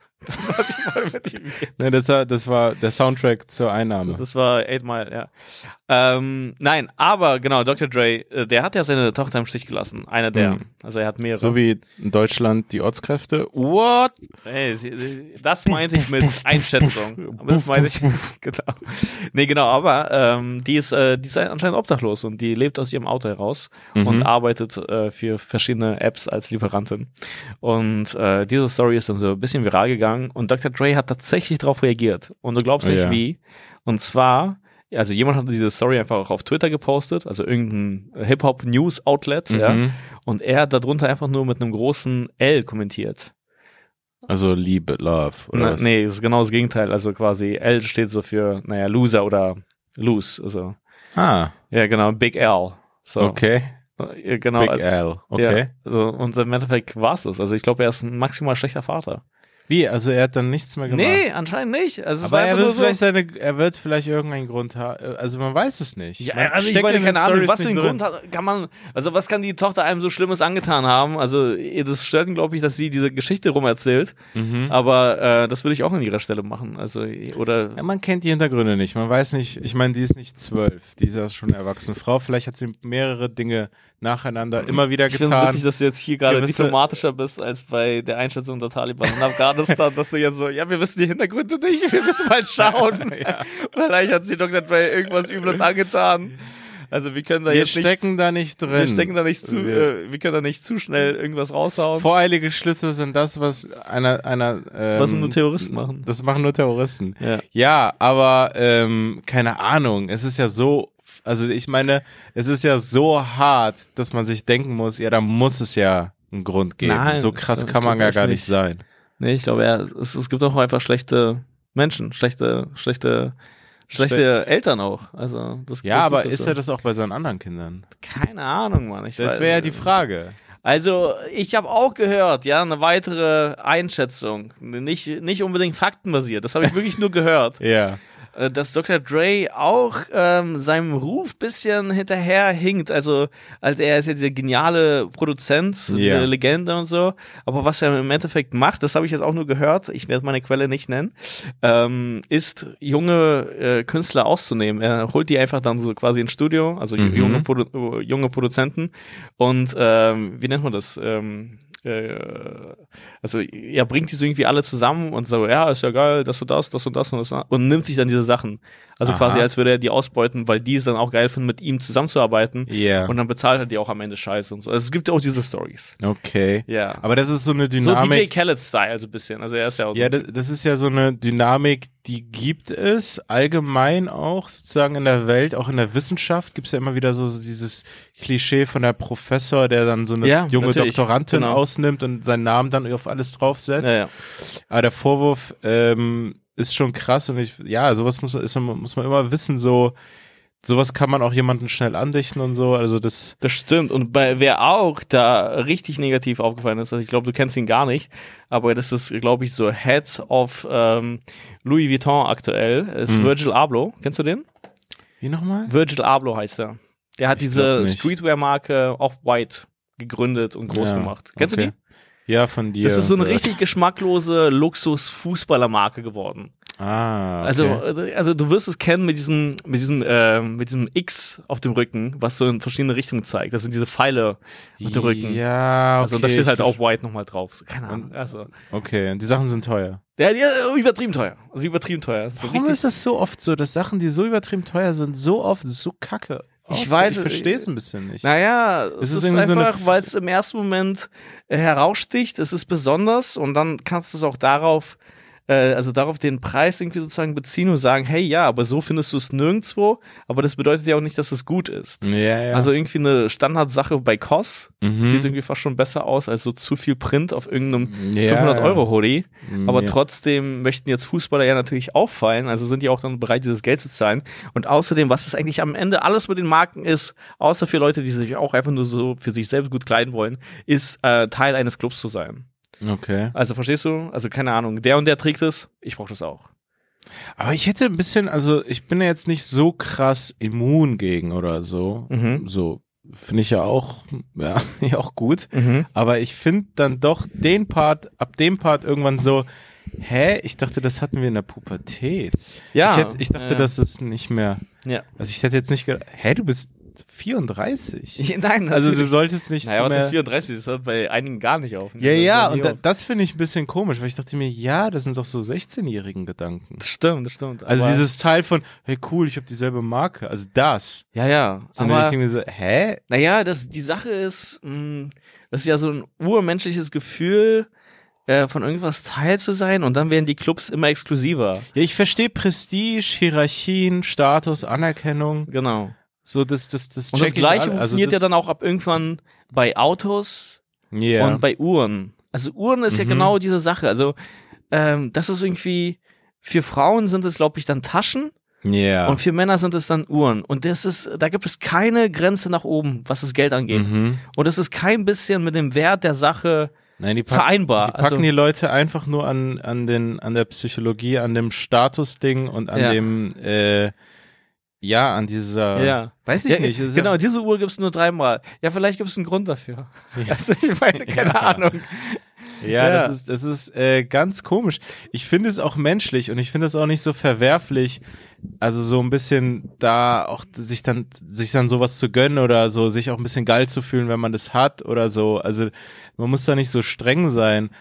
Ne, das, war, das war der Soundtrack zur Einnahme. Das war Eight Mile, ja. Ähm, nein, aber genau, Doktor Dre, äh, der hat ja seine Tochter im Stich gelassen. Einer der. Mhm. Also er hat mehrere. So wie in Deutschland die Ortskräfte. What? Hey, sie- sie- das meinte ich mit Einschätzung. Aber das meinte ich, genau. Nee, genau, aber ähm, die ist, äh, die ist anscheinend obdachlos und die lebt aus ihrem Auto heraus Mhm. und arbeitet äh, für verschiedene Apps als Lieferantin. Und äh, diese Story ist dann so ein bisschen viral gegangen und Doktor Dre hat tatsächlich darauf reagiert. Und du glaubst Oh nicht ja. wie. Und zwar, also jemand hat diese Story einfach auch auf Twitter gepostet, also irgendein Hip-Hop-News-Outlet, ja. Mhm. Und er hat darunter einfach nur mit einem großen L kommentiert. Also Liebe, Love oder Na, was? nee, das ist genau das Gegenteil. Also quasi L steht so für, naja, Loser oder Lose. Also, Ah, ja, genau, Big L. So, okay. ja, genau. Big L, okay. Ja, also, und im Endeffekt war es das. Also ich glaube, er ist ein maximal schlechter Vater. Wie? Also er hat dann nichts mehr gemacht? Nee, anscheinend nicht. Also es Aber war er einfach wird nur vielleicht so, seine, er wird vielleicht irgendeinen Grund haben. Also man weiß es nicht. ja, Man also ich steckt meine, in den keine Ahnung, Storys was für nicht einen drin. Grund hat, kann man, also was kann die Tochter einem so Schlimmes angetan haben? Also das stört ihn, glaube ich, dass sie diese Geschichte rumerzählt. Mhm. Aber äh, das würde ich auch an ihrer Stelle machen. Also, oder Ja, man kennt die Hintergründe nicht. Man weiß nicht, ich meine, die ist nicht zwölf. Die ist ja schon eine erwachsene Frau. Vielleicht hat sie mehrere Dinge nacheinander immer wieder ich finde es getan. witzig, dass du jetzt hier gerade Gewisse- diplomatischer bist als bei der Einschätzung der Taliban in Afghanistan. das dann, dass du jetzt so, ja, wir wissen die Hintergründe nicht, wir müssen mal schauen. Ja. Vielleicht hat sie Doktor Dre irgendwas Übles angetan. Also wir können da Wir jetzt stecken nicht, da nicht drin. wir stecken da nicht zu, Wir- äh, wir können da nicht zu schnell irgendwas raushauen. Voreilige Schlüsse sind das, was einer, einer ähm, Was nur Terroristen machen. Das machen nur Terroristen. Ja. Ja, aber ähm, keine Ahnung. Es ist ja so, also ich meine, es ist ja so hart, dass man sich denken muss, ja, da muss es ja einen Grund geben. Nein, so krass das kann man stimmt ja gar echt nicht nicht. sein. Nee, ich glaube, ja, es, es gibt auch einfach schlechte Menschen, schlechte, schlechte, schlechte Eltern auch. Also das, Ja, das aber gibt es ist so. er das auch bei seinen anderen Kindern? Keine Ahnung, Mann. Ich Das weiß- wäre ja die Frage. Also, ich habe auch gehört, ja, eine weitere Einschätzung. Nicht, nicht unbedingt faktenbasiert, das habe ich wirklich nur gehört. Ja. äh, dass Doktor Dre auch ähm, seinem Ruf bisschen hinterher hinkt. Also, als er ist ja dieser geniale Produzent, diese Ja. Legende und so. Aber was er im Endeffekt macht, das habe ich jetzt auch nur gehört, ich werde meine Quelle nicht nennen, ähm, ist, junge äh, Künstler auszunehmen. Er holt die einfach dann so quasi ins Studio, also Mhm. junge, Produ junge Produzenten. Und ähm, wie nennt man das? Ähm, äh, also er bringt die so irgendwie alle zusammen und so, ja, ist ja geil, das und das, das und das und das und nimmt sich dann diese Sachen. Also Aha. quasi, als würde er die ausbeuten, weil die es dann auch geil finden, mit ihm zusammenzuarbeiten. Ja. Und dann bezahlt er die auch am Ende Scheiße und so. Also es gibt ja auch diese Stories. Okay. Ja. Aber das ist so eine So D Dynamik. J Khaled-Style, so ein bisschen. Also er ist ja auch so. Ja, das, das ist ja so eine Dynamik, die gibt es allgemein auch sozusagen in der Welt, auch in der Wissenschaft gibt es ja immer wieder so, so dieses Klischee von der Professor, der dann so eine Ja, junge natürlich, Doktorandin genau. ausnimmt und seinen Namen dann auf alles draufsetzt. ja, ja. Aber der Vorwurf ähm, ist schon krass und ich, ja, sowas muss, ist, muss man immer wissen, so sowas kann man auch jemanden schnell andichten und so, also das Das stimmt. Und bei wer auch da richtig negativ aufgefallen ist, also ich glaube, du kennst ihn gar nicht, aber das ist, glaube ich, so Head of ähm, Louis Vuitton aktuell, ist Hm. Virgil Abloh. Kennst du den? wie nochmal? Virgil Abloh heißt er. Der hat Ich diese glaub nicht. Streetwear-Marke Off-White gegründet und groß Ja, gemacht. Kennst okay. du die? Ja, von dir. Das ist so eine Ja. richtig geschmacklose Luxus-Fußballer-Marke geworden. Ah, okay. Also, äh, also du wirst es kennen mit diesem, mit diesem, äh, mit diesem X auf dem Rücken, was so in verschiedene Richtungen zeigt. Also diese Pfeile auf dem Rücken. Ja, okay. Also und da steht ich halt verstehe. auch White nochmal drauf. So, keine Ahnung. Also, Okay, und die Sachen sind teuer. der, der übertrieben teuer. Also übertrieben teuer. So Warum ist es so oft so, dass Sachen, die so übertrieben teuer sind, so oft so kacke Ich aussehen? weiß- ich verstehe es ein bisschen nicht. Naja, Es es ist ist, irgendwie so eine einfach, F- weil es im ersten Moment äh, heraussticht, es ist besonders und dann kannst du es auch darauf, äh, also darauf den Preis irgendwie sozusagen beziehen und sagen, hey, ja, aber so findest du es nirgendwo, aber das bedeutet ja auch nicht, dass es gut ist. Ja, ja. Also irgendwie eine Standardsache bei C O S Mhm. sieht irgendwie fast schon besser aus als so zu viel Print auf irgendeinem Ja, fünfhundert Euro Hoodie. Mhm, Aber ja. trotzdem möchten jetzt Fußballer ja natürlich auffallen, also sind die auch dann bereit, dieses Geld zu zahlen. Und außerdem, was es eigentlich am Ende alles mit den Marken ist, außer für Leute, die sich auch einfach nur so für sich selbst gut kleiden wollen, ist äh, Teil eines Clubs zu sein. Okay. Also verstehst du? Also keine Ahnung, der und der trägt es, ich brauche das auch. Aber ich hätte ein bisschen, also ich bin ja jetzt nicht so krass immun gegen oder so. Mhm. So finde ich ja auch, ja, ja auch gut. Mhm. Aber ich finde dann doch den Part, ab dem Part irgendwann so, hä, ich dachte, das hatten wir in der Pubertät. Ja. Ich, hätte, ich dachte, ja. das ist nicht mehr, Ja. also ich hätte jetzt nicht gedacht, hä, du bist vierunddreißig? Nein, Also du natürlich. solltest nicht Naja, was mehr... ist vierunddreißig? Das hört bei einigen gar nicht auf. Ja, Das ja, hört nie und da, auf. das finde ich ein bisschen komisch, weil ich dachte mir, ja, das sind doch so sechzehnjährigen Gedanken. Das stimmt, das stimmt. Also aber- dieses Teil von, hey cool, ich habe dieselbe Marke, also das. Ja, ja. Sondern aber- ich irgendwie so, hä? Naja, das, die Sache ist, mh, das ist ja so ein urmenschliches Gefühl, äh, von irgendwas Teil zu sein und dann werden die Clubs immer exklusiver. Ja, ich verstehe Prestige, Hierarchien, Status, Anerkennung, Genau. so das, das, das Und check das ich Gleiche alle. Also funktioniert ja das, dann auch ab irgendwann bei Autos ja. und bei Uhren. Also Uhren ist ja Mhm. genau diese Sache. Also ähm, das ist irgendwie, für Frauen sind es, glaube ich, dann Taschen ja. und für Männer sind es dann Uhren. Und das ist, da gibt es keine Grenze nach oben, was das Geld angeht. Mhm. Und es ist kein bisschen mit dem Wert der Sache Nein, die packen, vereinbar. die packen Also- die Leute einfach nur an, an den, an der Psychologie, an dem Statusding und an Ja. dem, äh, ja, an dieser, Ja. weiß ich Ja, nicht. ist genau, Ja, diese Uhr gibt's nur dreimal. Ja, vielleicht gibt's einen Grund dafür. Also, ich meine, keine Ja. Ahnung. ja, Ja. das ist, das ist äh, ganz komisch. Ich finde es auch menschlich und ich finde es auch nicht so verwerflich, also so ein bisschen da auch sich dann, sich dann sowas zu gönnen oder so, sich auch ein bisschen geil zu fühlen, wenn man das hat oder so. Also man muss da nicht so streng sein.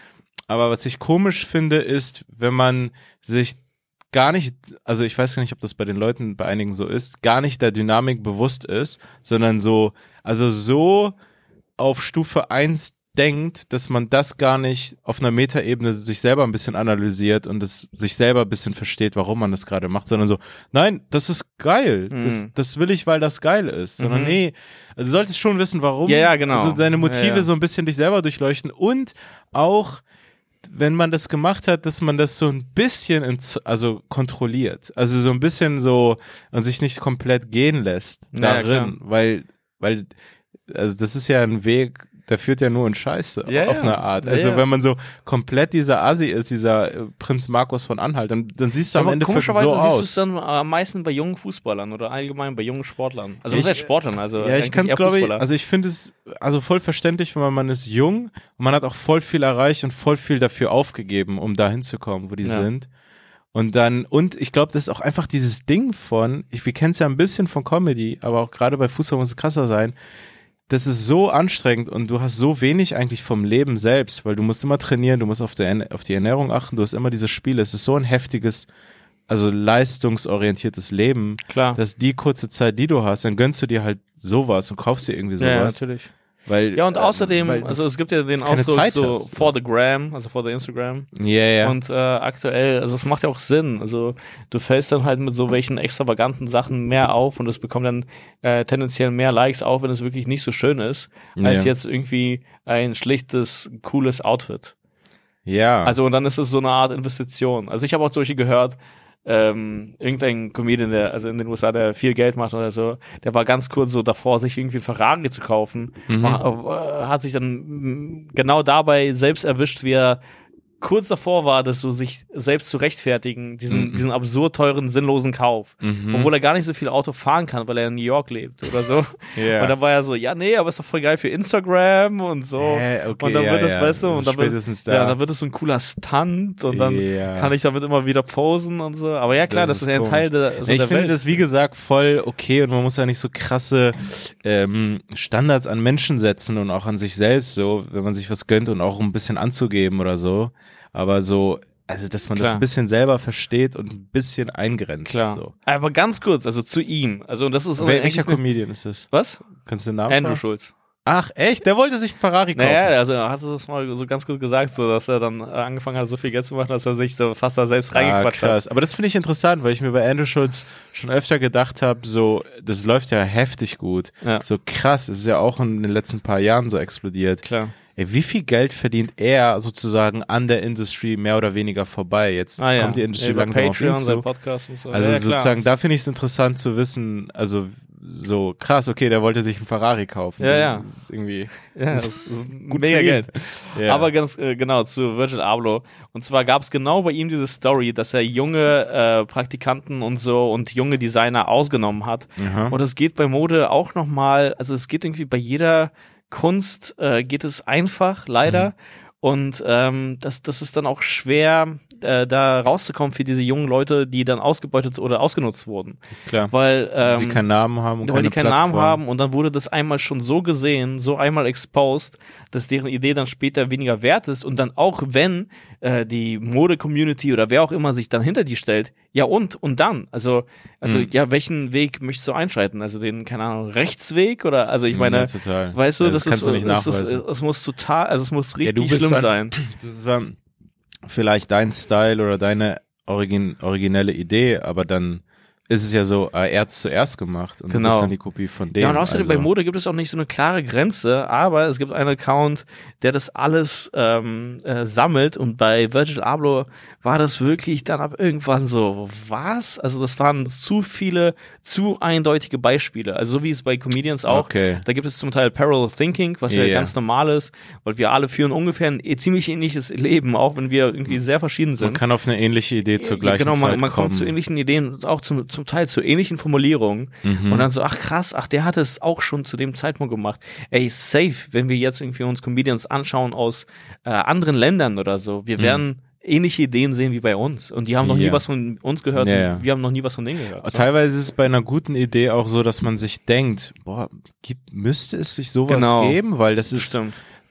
Aber was ich komisch finde, ist, wenn man sich gar nicht, also ich weiß gar nicht, ob das bei den Leuten, bei einigen so ist, gar nicht der Dynamik bewusst ist, sondern so, also so auf Stufe eins denkt, dass man das gar nicht auf einer Metaebene sich selber ein bisschen analysiert und es sich selber ein bisschen versteht, warum man das gerade macht, sondern so, nein, das ist geil, Mhm. das, das will ich, weil das geil ist, sondern Mhm. nee, also du solltest schon wissen, warum, Ja, ja, genau. also deine Motive Ja, ja. so ein bisschen dich selber durchleuchten und auch wenn man das gemacht hat, dass man das so ein bisschen ins, also kontrolliert, also so ein bisschen so und sich nicht komplett gehen lässt Ja, ja, darin, weil, weil, also das ist ja ein Weg, der führt ja nur in Scheiße Ja, auf ja. eine Art. Ja, Also ja. wenn man so komplett dieser Asi ist, dieser äh, Prinz Markus von Anhalt, dann, dann siehst du am Aber Ende komischerweise so siehst du es aus. dann am meisten bei jungen Fußballern oder allgemein bei jungen Sportlern. Also Ich- was heißt Sportlern? Also Ja, ich eigentlich kann es eher glaube ich, Fußballer. also ich finde es also voll verständlich, wenn man ist jung und man hat auch voll viel erreicht und voll viel dafür aufgegeben, um da hinzukommen, wo die Ja. sind. Und dann, und ich glaube, das ist auch einfach dieses Ding von, ich, wir kennen es ja ein bisschen von Comedy, aber auch gerade bei Fußball muss es krasser sein, das ist so anstrengend und du hast so wenig eigentlich vom Leben selbst, weil du musst immer trainieren, du musst auf, der, auf die Ernährung achten, du hast immer diese Spiele, es ist so ein heftiges, also leistungsorientiertes Leben, Klar. dass die kurze Zeit, die du hast, dann gönnst du dir halt sowas und kaufst dir irgendwie ja, ja, sowas. natürlich. weil, Ja, und äh, außerdem, weil du also es gibt ja den keine Ausdruck Zeit so hast. for the gram, also for the Instagram. Ja, ja. Und äh, aktuell, also es macht ja auch Sinn. Also du fällst dann halt mit so welchen extravaganten Sachen mehr auf und es bekommt dann äh, tendenziell mehr Likes auf, wenn es wirklich nicht so schön ist, als Ja. jetzt irgendwie ein schlichtes, cooles Outfit. ja. Also und dann ist es so eine Art Investition. Also ich habe auch zum Beispiel gehört, ähm, irgendein Comedian, der also in den U S A, der viel Geld macht oder so, der war ganz kurz so davor, sich irgendwie ein Ferrari zu kaufen, Mhm. und, äh, hat sich dann mm, genau dabei selbst erwischt, wie er kurz davor war, das so sich selbst zu rechtfertigen, diesen, Mhm. diesen absurd teuren, sinnlosen Kauf. Mhm. Obwohl er gar nicht so viel Auto fahren kann, weil er in New York lebt oder so. Ja. Und dann war er so, ja, nee, aber ist doch voll geil für Instagram und so. Hä, okay, und dann ja, wird es, ja. weißt du, Das und ist dann wird, spätestens da. ja, dann wird es so ein cooler Stunt und dann Ja. kann ich damit immer wieder posen und so. Aber ja, klar, das, Das ist ja ist ein Teil der, so ich der finde Welt. das, wie gesagt, voll okay und man muss ja nicht so krasse ähm, Standards an Menschen setzen und auch an sich selbst so, wenn man sich was gönnt und auch ein bisschen anzugeben oder so. Aber so, also dass man das Klar. ein bisschen selber versteht und ein bisschen eingrenzt. Klar. So. Aber ganz kurz, also zu ihm. Also und das ist Wel eigentlich welcher eine- Comedian ist das? Was? Kannst du den Namen Andrew sagen? Schulz. Ach, echt? Der wollte sich einen Ferrari kaufen. Naja, also er hatte das mal so ganz kurz gesagt, so dass er dann äh, angefangen hat, so viel Geld zu machen, dass er sich so fast da selbst Ah, reingequatscht hat. krass. Aber das finde ich interessant, weil ich mir bei Andrew Schulz schon öfter gedacht habe, so, das läuft ja heftig gut. Ja. So krass, es ist ja auch in den letzten paar Jahren so explodiert. Klar. Ey, wie viel Geld verdient er sozusagen an der Industrie mehr oder weniger vorbei? Jetzt Ah, ja. kommt die Industrie Über langsam Patreon, auf ihn sein zu. Podcast und so. Also ja, ja, klar. sozusagen, da finde ich es interessant zu wissen, also so krass, okay, der wollte sich einen Ferrari kaufen. Ja, ja. Das ist irgendwie Ja, das ist gut mega für ihn. Geld. Ja. Aber ganz äh, genau, zu Virgil Abloh. Und zwar gab es genau bei ihm diese Story, dass er junge äh, Praktikanten und so und junge Designer ausgenommen hat. Aha. Und es geht bei Mode auch nochmal, also es geht irgendwie bei jeder Kunst, äh, geht es einfach, leider. Mhm. Und ähm, das, das ist dann auch schwer, äh, da rauszukommen für diese jungen Leute, die dann ausgebeutet oder ausgenutzt wurden. Klar. Weil ähm, die keinen Namen haben und weil die keine keinen Namen Plattform. haben und dann wurde das einmal schon so gesehen, so einmal exposed, dass deren Idee dann später weniger wert ist und dann auch wenn äh, die Mode-Community oder wer auch immer sich dann hinter die stellt, ja und, und dann, also, also Mhm. ja, welchen Weg möchtest du einschreiten? Also den, keine Ahnung, Rechtsweg oder, also ich meine, ja, total. weißt du, Also das, das kannst ist, du nicht es, ist, nachweisen. es muss total, also es muss Ja, richtig du bist schlimm dann- sein. Das war vielleicht dein Style oder deine origin originelle Idee, aber dann ist es ja so, äh, er hat's zuerst gemacht und Genau. du bist dann die Kopie von dem. Ja, und außerdem also, bei Mode gibt es auch nicht so eine klare Grenze, aber es gibt einen Account, der das alles ähm, äh, sammelt und bei Virgil Abloh war das wirklich dann ab irgendwann so, was? Also das waren zu viele, zu eindeutige Beispiele, also so wie es bei Comedians auch, Okay. da gibt es zum Teil Parallel Thinking, was ja, Ja. ganz normal ist, weil wir alle führen ungefähr ein eh ziemlich ähnliches Leben, auch wenn wir irgendwie sehr verschieden sind. Man kann auf eine ähnliche Idee zur gleichen Genau, man, Zeit man kommen. kommt zu ähnlichen Ideen, und auch zum, zum Teil zu ähnlichen Formulierungen. Mhm. Und dann so, ach krass, ach, der hat es auch schon zu dem Zeitpunkt gemacht. Ey, safe, wenn wir jetzt irgendwie uns Comedians anschauen aus äh, anderen Ländern oder so, wir werden ähnliche Ideen sehen wie bei uns. Und die haben noch nie Ja. was von uns gehört Ja, und ja. wir haben noch nie was von denen gehört. So. Teilweise ist es bei einer guten Idee auch so, dass man sich denkt, boah, gibt, müsste es sich sowas Genau. geben? Weil das ist, Stimmt.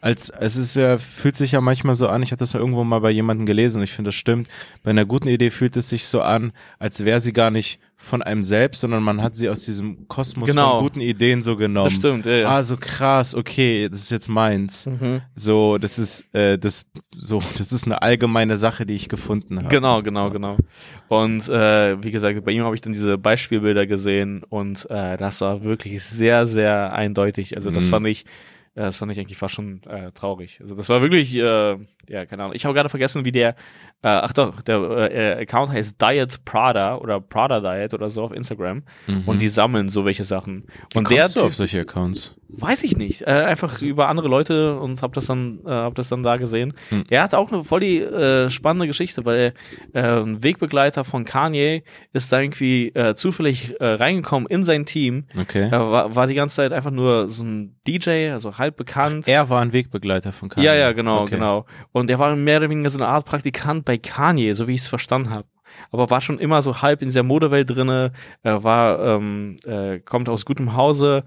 als es ist ja, fühlt sich ja manchmal so an, ich hatte das ja irgendwo mal bei jemandem gelesen und ich finde, das stimmt, bei einer guten Idee fühlt es sich so an, als wäre sie gar nicht von einem selbst, sondern man hat sie aus diesem Kosmos Genau. von guten Ideen so genommen. Das stimmt, ja, ja. Ah, so krass, okay, das ist jetzt meins. Mhm. So, das ist, äh, das, so, das ist eine allgemeine Sache, die ich gefunden habe. Genau, genau, so. genau. Und äh, wie gesagt, bei ihm habe ich dann diese Beispielbilder gesehen und äh, das war wirklich sehr, sehr eindeutig. Also das Mhm. fand ich, äh, das fand ich eigentlich fast schon äh, traurig. Also das war wirklich, äh, ja, keine Ahnung. Ich habe gerade vergessen, wie der, äh, ach doch, der äh, Account heißt Diet Prada oder Prada Diet oder so auf Instagram Mhm. und die sammeln so welche Sachen. Wie Und kommst der du Typ, auf solche Accounts? weiß ich nicht, äh, einfach über andere Leute und hab das dann, äh, hab das dann da gesehen. Hm. Er hat auch eine voll die äh, spannende Geschichte, weil äh, ein Wegbegleiter von Kanye ist da irgendwie äh, zufällig äh, reingekommen in sein Team. Okay. Er war, war die ganze Zeit einfach nur so ein D J, also halb bekannt. Er war ein Wegbegleiter von Kanye. Ja, ja, genau, Okay. genau. Und er war mehr oder weniger so eine Art Praktikant bei Kanye, so wie ich es verstanden habe. Aber war schon immer so halb in dieser Modewelt drinne, äh, war, ähm, äh, kommt aus gutem Hause,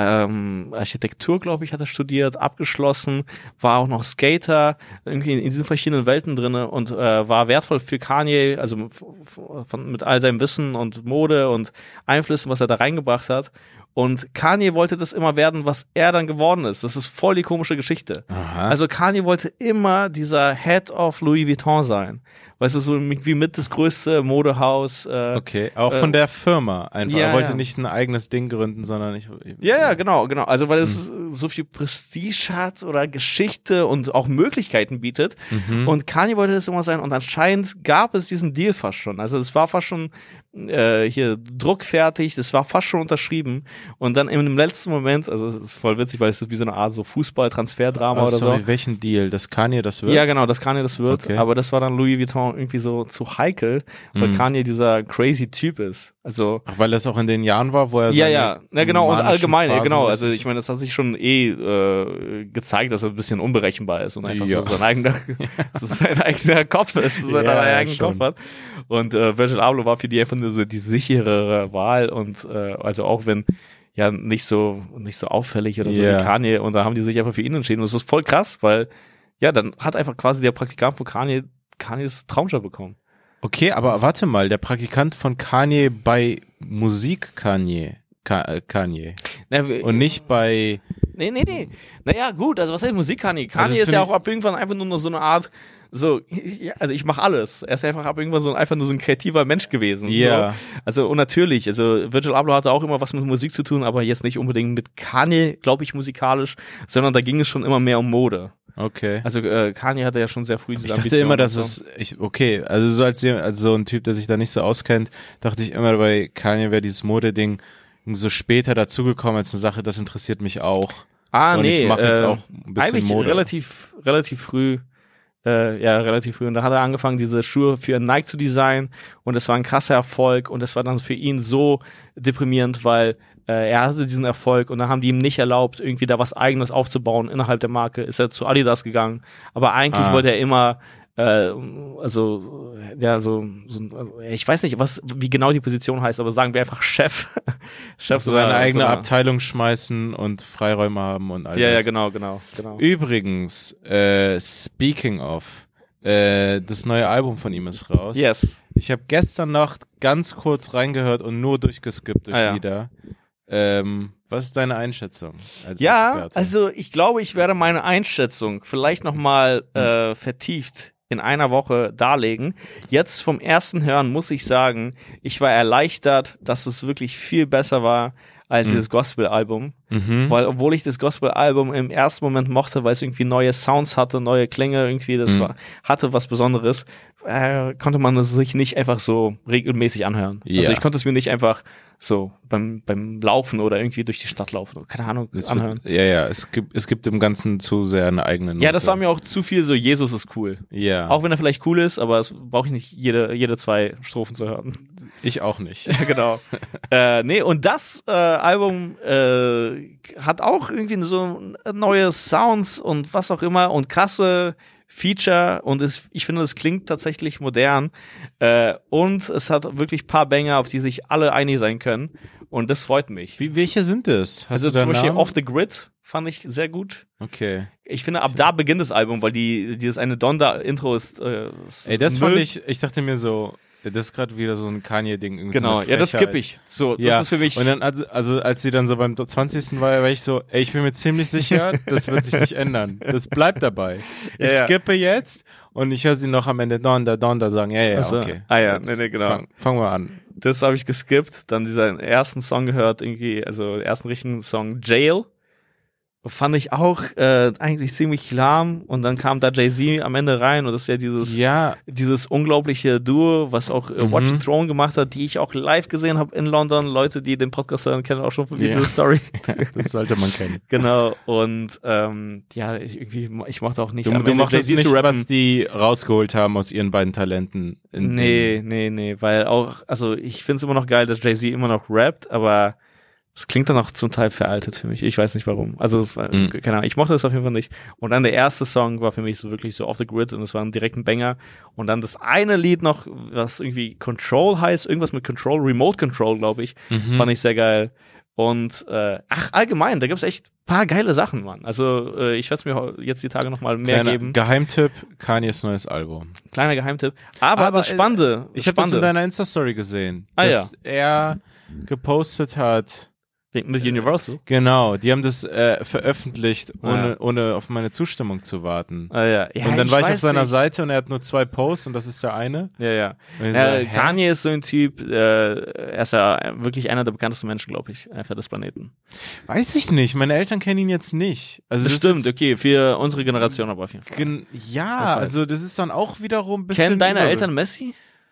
ähm, Architektur, glaube ich, hat er studiert, abgeschlossen, war auch noch Skater, irgendwie in, in diesen verschiedenen Welten drinne und äh, war wertvoll für Kanye, also f- f- von, mit all seinem Wissen und Mode und Einflüssen, was er da reingebracht hat. Und Kanye wollte das immer werden, was er dann geworden ist. Das ist voll die komische Geschichte. Aha. Also Kanye wollte immer dieser Head of Louis Vuitton sein. Weißt du, so wie mit das größte Modehaus. Äh, Okay, auch äh, von der Firma einfach. ja, er wollte ja. nicht ein eigenes Ding gründen, sondern ich. Ja, ja, genau, genau. Also weil es so viel Prestige hat oder Geschichte und auch Möglichkeiten bietet. Mhm. Und Kanye wollte das immer sein. Und anscheinend gab es diesen Deal fast schon. Also es war fast schon äh, hier druckfertig, das war fast schon unterschrieben. Und dann im letzten Moment, also es ist voll witzig, weil es ist wie so eine Art so Fußball-Transferdrama Oh, oder sorry, so. welchen Deal? Dass Kanye das wird? Ja, genau, dass Kanye das wird. Okay. Aber das war dann Louis Vuitton irgendwie so zu heikel, weil Mhm. Kanye dieser crazy Typ ist. Also Ach, weil das auch in den Jahren war, wo er ja, seine ja, ja, genau, und manischen allgemein, ja, Phasen genau. richtig- Also ich meine, das hat sich schon eh äh, gezeigt, dass er ein bisschen unberechenbar ist und einfach Ja. so sein eigener, so sein eigener Kopf ist, so sein Ja, eigenen schon. Kopf hat. Und äh, Virgil Abloh war für die einfach nur so die sichere Wahl und äh, also auch wenn ja nicht so nicht so auffällig oder so Ja. wie Kanye und da haben die sich einfach für ihn entschieden. Und das ist voll krass, weil ja, dann hat einfach quasi der Praktikant von Kanye Kanyes Traumjob bekommen. Okay, aber warte mal, der Praktikant von Kanye bei Musik Kanye. Ka äh, Kanye. Na, wir- Und nicht bei. Nee, nee, nee. Naja, gut, also was heißt Musik Kanye? Kanye Also das ist ja find auch ab irgendwann einfach nur noch so eine Art, so, ja, also ich mache alles. Er ist einfach ab irgendwann so einfach nur so ein kreativer Mensch gewesen. Ja. So. Also und natürlich, also Virgil Abloh hatte auch immer was mit Musik zu tun, aber jetzt nicht unbedingt mit Kanye, glaube ich, musikalisch, sondern da ging es schon immer mehr um Mode. Okay. Also äh, Kanye hatte ja schon sehr früh diese Ich dachte Ambitionen immer, dass und so. es, ich, okay, also so als, je- als so ein Typ, der sich da nicht so auskennt, dachte ich immer bei Kanye wäre dieses Modeding so später dazugekommen als eine Sache, das interessiert mich auch. Ah, und nee, ich mache jetzt äh, auch ein bisschen eigentlich Mode. relativ, relativ früh, äh, ja, relativ früh. Und da hat er angefangen, diese Schuhe für Nike zu designen und es war ein krasser Erfolg und es war dann für ihn so deprimierend, weil äh, er hatte diesen Erfolg und dann haben die ihm nicht erlaubt, irgendwie da was Eigenes aufzubauen innerhalb der Marke. Ist er zu Adidas gegangen, aber eigentlich Ah. wollte er immer äh, also ja so, so also, ich weiß nicht, was wie genau die Position heißt, aber sagen wir einfach Chef. Chef so seine oder eigene so einer- Abteilung schmeißen und Freiräume haben und all Ja, das. ja, genau, genau, genau. Übrigens, äh, speaking of, äh, das neue Album von ihm ist raus. Yes. Ich habe gestern Nacht ganz kurz reingehört und nur durchgeskippt durch Ah, ja. Lieder. Ähm, was ist deine Einschätzung als Ja, Experte? also ich glaube, ich werde meine Einschätzung vielleicht nochmal äh, vertieft in einer Woche darlegen. Jetzt vom ersten Hören muss ich sagen, ich war erleichtert, dass es wirklich viel besser war als Mhm. dieses Gospel-Album. Mhm. Weil obwohl ich das Gospel-Album im ersten Moment mochte, weil es irgendwie neue Sounds hatte, neue Klänge, irgendwie, das Mhm. war, hatte was Besonderes, äh, konnte man es sich nicht einfach so regelmäßig anhören. Ja. Also ich konnte es mir nicht einfach so beim, beim Laufen oder irgendwie durch die Stadt laufen, oder keine Ahnung, Es anhören. wird, ja, ja, es gibt, es gibt im Ganzen zu sehr eine eigene Note. Ja, das war mir auch zu viel so, Jesus ist cool. Ja, Auch wenn er vielleicht cool ist, aber das brauche ich nicht jede, jede zwei Strophen zu hören. ich auch nicht. Ja, genau. äh, nee, und das äh, Album äh, hat auch irgendwie so neue Sounds und was auch immer und krasse Feature und es, ich finde, es klingt tatsächlich modern äh, und es hat wirklich ein paar Banger, auf die sich alle einig sein können und das freut mich. Wie, welche sind es? Hast also du da zum Beispiel Namen? Off the Grid fand ich sehr gut. Okay. Ich finde, ab da beginnt das Album, weil die dieses eine Donda-Intro ist, äh, ist Ey, das Müll. fand ich, ich dachte mir so, das ist gerade wieder so ein Kanye-Ding. irgendwie Genau, so eine ja, das Frechheit. skippe ich. So, das Ja, ist für mich. und dann, also, also als sie dann so beim zwanzigsten war, war ich so, ey, ich bin mir ziemlich sicher, das wird sich nicht ändern. Das bleibt dabei. Ich Ja, ja. skippe jetzt und ich höre sie noch am Ende Donda, Donda sagen, ja, ja, Ach so. okay. Ah ja, Jetzt nee, nee, genau. Fang, fangen wir an. Das habe ich geskippt. Dann diesen ersten Song gehört, irgendwie, also den ersten richtigen Song, Jail. Fand ich auch äh, eigentlich ziemlich lahm. Und dann kam da Jay-Z am Ende rein und das ist ja dieses, Ja, dieses unglaubliche Duo, was auch äh, Mhm. Watch the Throne gemacht hat, die ich auch live gesehen habe in London. Leute, die den Podcast hören, kennen auch schon von mir Ja. diese Story. das sollte man kennen. Genau. Und ähm, ja, ich, irgendwie, ich mochte auch nicht. Du, am du Ende mochtest Jay-Z nicht, zu rappen. was die rausgeholt haben aus ihren beiden Talenten. In Nee, nee, nee, weil auch, also ich finde es immer noch geil, dass Jay-Z immer noch rappt, aber es klingt dann auch zum Teil veraltet für mich. Ich weiß nicht warum. Also, es war, Mhm. keine Ahnung, ich mochte das auf jeden Fall nicht. Und dann der erste Song war für mich so wirklich so off the grid und es war ein direkten Banger. Und dann das eine Lied noch, was irgendwie Control heißt, irgendwas mit Control, Remote Control, glaube ich, Mhm. fand ich sehr geil. Und, äh, ach, allgemein, da gibt's echt ein paar geile Sachen, Mann. Also, äh, ich werde es mir jetzt die Tage nochmal mehr Kleiner geben. Geheimtipp, Kanyes neues Album. Kleiner Geheimtipp. Aber, Aber, das Spannende, Ich das habe das in Spannende, deiner Insta-Story gesehen, Ah, dass er gepostet hat. mit Universal. Genau, die haben das äh, veröffentlicht, ohne, Ja. ohne auf meine Zustimmung zu warten. Ah, ja. Ja, und dann war ich auf weiß seiner nicht. Seite und er hat nur zwei Posts und das ist der eine. Ja, ja. Und ich Ja, so, hä? Kanye ist so ein Typ, äh, er ist ja wirklich einer der bekanntesten Menschen, glaube ich, einfach des Planeten. Weiß ich nicht, meine Eltern kennen ihn jetzt nicht. Also Das das stimmt, ist okay, für unsere Generation aber auf jeden Fall. gen- Ich ja, weiß. also das ist dann auch wiederum ein bisschen. Kennen deine über- Eltern Messi?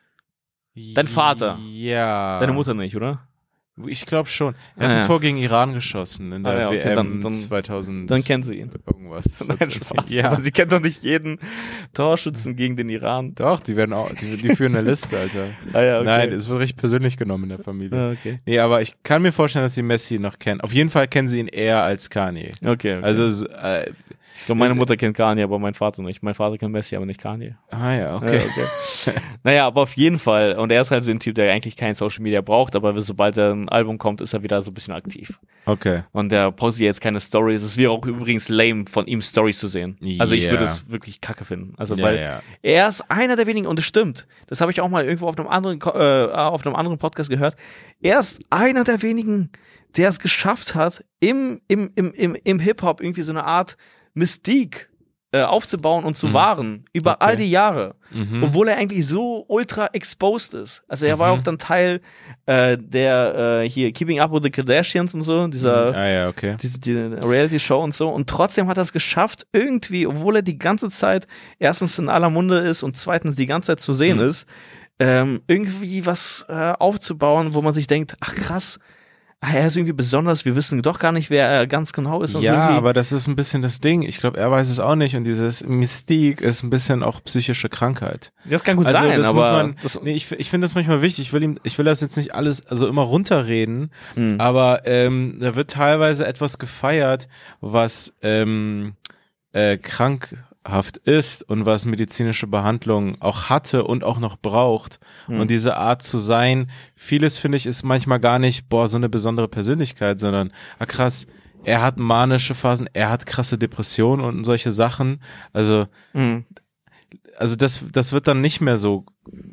Dein Vater? Ja. Deine Mutter nicht, oder? Ich glaube schon. Er Ah, hat ein ja. Tor gegen Iran geschossen in der Ah, ja, okay, W M dann- dann- zweitausend. Dann kennt sie ihn. irgendwas. Nein, Spaß. Ja. Aber sie kennt doch nicht jeden Torschützen gegen den Iran. Doch, die werden auch, die, die führen eine Liste, Alter. Ah, ja, okay. Nein, es wird richtig persönlich genommen in der Familie. Ah, okay. Nee, aber ich kann mir vorstellen, dass sie Messi noch kennen. Auf jeden Fall kennen sie ihn eher als Kanye. Okay, okay. Also, es, äh, ich glaube, meine Mutter kennt Kanye, aber mein Vater nicht. Mein Vater kennt Messi, aber nicht Kanye. ah ja, okay. Ja, okay. Naja, aber auf jeden Fall. Und er ist halt so ein Typ, der eigentlich kein Social Media braucht, aber sobald er ein Album kommt, ist er wieder so ein bisschen aktiv. Okay. Und der postet jetzt keine Stories. Es wäre auch übrigens lame, von ihm Stories zu sehen. Also ich Ja. würde es wirklich kacke finden. Also Ja, weil ja. er ist einer der wenigen, und es stimmt. Das habe ich auch mal irgendwo auf einem anderen, Ko- äh, auf einem anderen Podcast gehört. Er ist einer der wenigen, der es geschafft hat, im, im, im, im, im Hip-Hop irgendwie so eine Art Mystik äh, aufzubauen und zu Mhm. wahren. Über Okay. all die Jahre. Mhm. Obwohl er eigentlich so ultra exposed ist. Also er war Mhm. auch dann Teil äh, der äh, hier Keeping Up with the Kardashians und so, dieser ah ja, okay. diese, die Reality-Show und so. Und trotzdem hat er es geschafft, irgendwie, obwohl er die ganze Zeit erstens in aller Munde ist und zweitens die ganze Zeit zu sehen Mhm. ist, ähm, irgendwie was äh, aufzubauen, wo man sich denkt, ach krass, ah, er ist irgendwie besonders, wir wissen doch gar nicht, wer er ganz genau ist. Und so Ja, irgendwie. aber das ist ein bisschen das Ding. Ich glaube, er weiß es auch nicht. Und dieses Mystik ist ein bisschen auch psychische Krankheit. Das kann gut Also sein, das aber muss man, das, nee, ich, ich finde das manchmal wichtig. Ich will ihm, ich will das jetzt nicht alles, also immer runterreden, Mhm. aber ähm, da wird teilweise etwas gefeiert, was ähm, äh, krankhaft ist und was medizinische Behandlung auch hatte und auch noch braucht. Mhm. Und diese Art zu sein, vieles finde ich ist manchmal gar nicht, boah, so eine besondere Persönlichkeit, sondern, ah krass, er hat manische Phasen, er hat krasse Depressionen und solche Sachen. Also Mhm. also das, das wird dann nicht mehr so,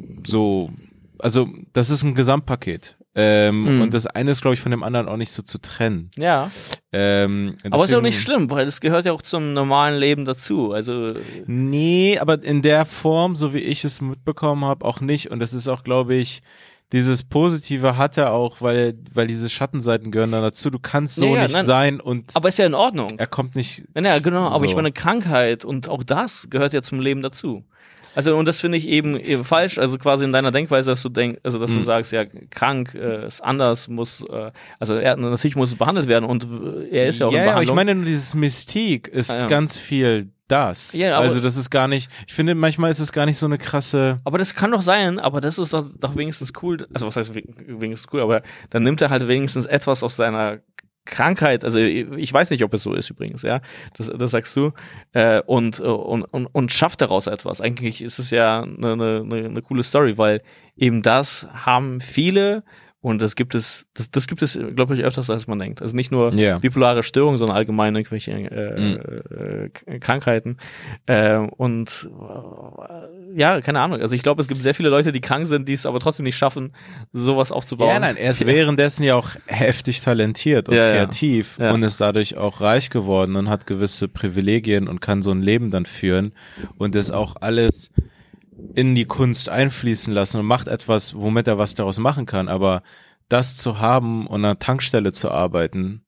so, also das ist ein Gesamtpaket. Ähm, Mhm. Und das eine ist, glaube ich, von dem anderen auch nicht so zu trennen. Ja, Ähm, aber ist ja auch deswegen- nicht schlimm, weil das gehört ja auch zum normalen Leben dazu. Also Nee, aber in der Form, so wie ich es mitbekommen habe, auch nicht. Und das ist auch, glaube ich, dieses Positive hat er auch, weil, weil diese Schattenseiten gehören dann dazu. Du kannst so Ja, ja, nicht nein. sein und aber ist ja in Ordnung. er kommt nicht. Ja, ja, genau, aber So. ich meine, Krankheit und auch das gehört ja zum Leben dazu. Also, und das finde ich eben, eben falsch, also quasi in deiner Denkweise, dass du denkst, also dass du Mhm. sagst, ja, krank äh, ist anders, muss, äh, also er, natürlich muss es behandelt werden und äh, er ist ja auch ja, in ja, aber ich Behandlung. meine nur dieses Mystik ist Ah, ja. ganz viel das. Ja, aber- also das ist gar nicht, ich finde manchmal ist es gar nicht so eine krasse. Aber das kann doch sein, aber das ist doch, doch wenigstens cool, also was heißt we- wenigstens cool, aber dann nimmt er halt wenigstens etwas aus seiner Krankheit, also ich weiß nicht, ob es so ist übrigens, ja, das, das sagst du, äh, und, und, und, und schafft daraus etwas. Eigentlich ist es ja eine, eine, eine coole Story, weil eben das haben viele und das gibt es, das, das gibt es, glaube ich, öfters, als man denkt. Also nicht nur yeah. bipolare Störungen, sondern allgemein irgendwelche äh, mm. äh, Krankheiten. Äh, und äh, ja, keine Ahnung. Also ich glaube, es gibt sehr viele Leute, die krank sind, die es aber trotzdem nicht schaffen, sowas aufzubauen. Ja, nein, er ist währenddessen ja auch heftig talentiert und ja, kreativ ja. Ja. und ist dadurch auch reich geworden und hat gewisse Privilegien und kann so ein Leben dann führen und das auch alles in die Kunst einfließen lassen und macht etwas, womit er was daraus machen kann. Aber das zu haben und an einer Tankstelle zu arbeiten,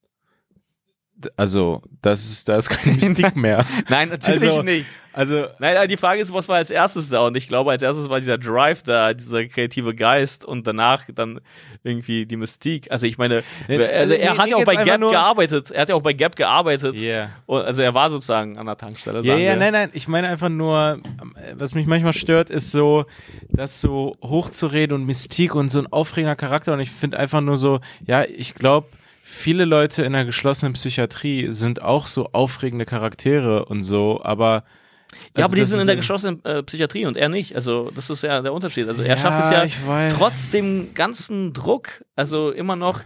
also das ist, da ist keine Mystik mehr. Nein, natürlich also, nicht. Also Nein, die Frage ist, was war als erstes da? Und ich glaube, als erstes war dieser Drive da, dieser kreative Geist und danach dann irgendwie die Mystik. Also ich meine, also, also er nee, hat ja auch bei Gap gearbeitet. Er hat ja auch bei Gap gearbeitet. Yeah. Also er war sozusagen an der Tankstelle. Ja, ja, nein, nein. Ich meine einfach nur, was mich manchmal stört, ist so, das so hochzureden und Mystik und so ein aufregender Charakter. Und ich finde einfach nur so, ja, ich glaube, viele Leute in der geschlossenen Psychiatrie sind auch so aufregende Charaktere und so, aber ja, also aber die sind in der so geschlossenen äh, Psychiatrie und er nicht. Also das ist ja der Unterschied. Also er ja, schafft es ja ich weiß. trotz dem ganzen Druck, also immer noch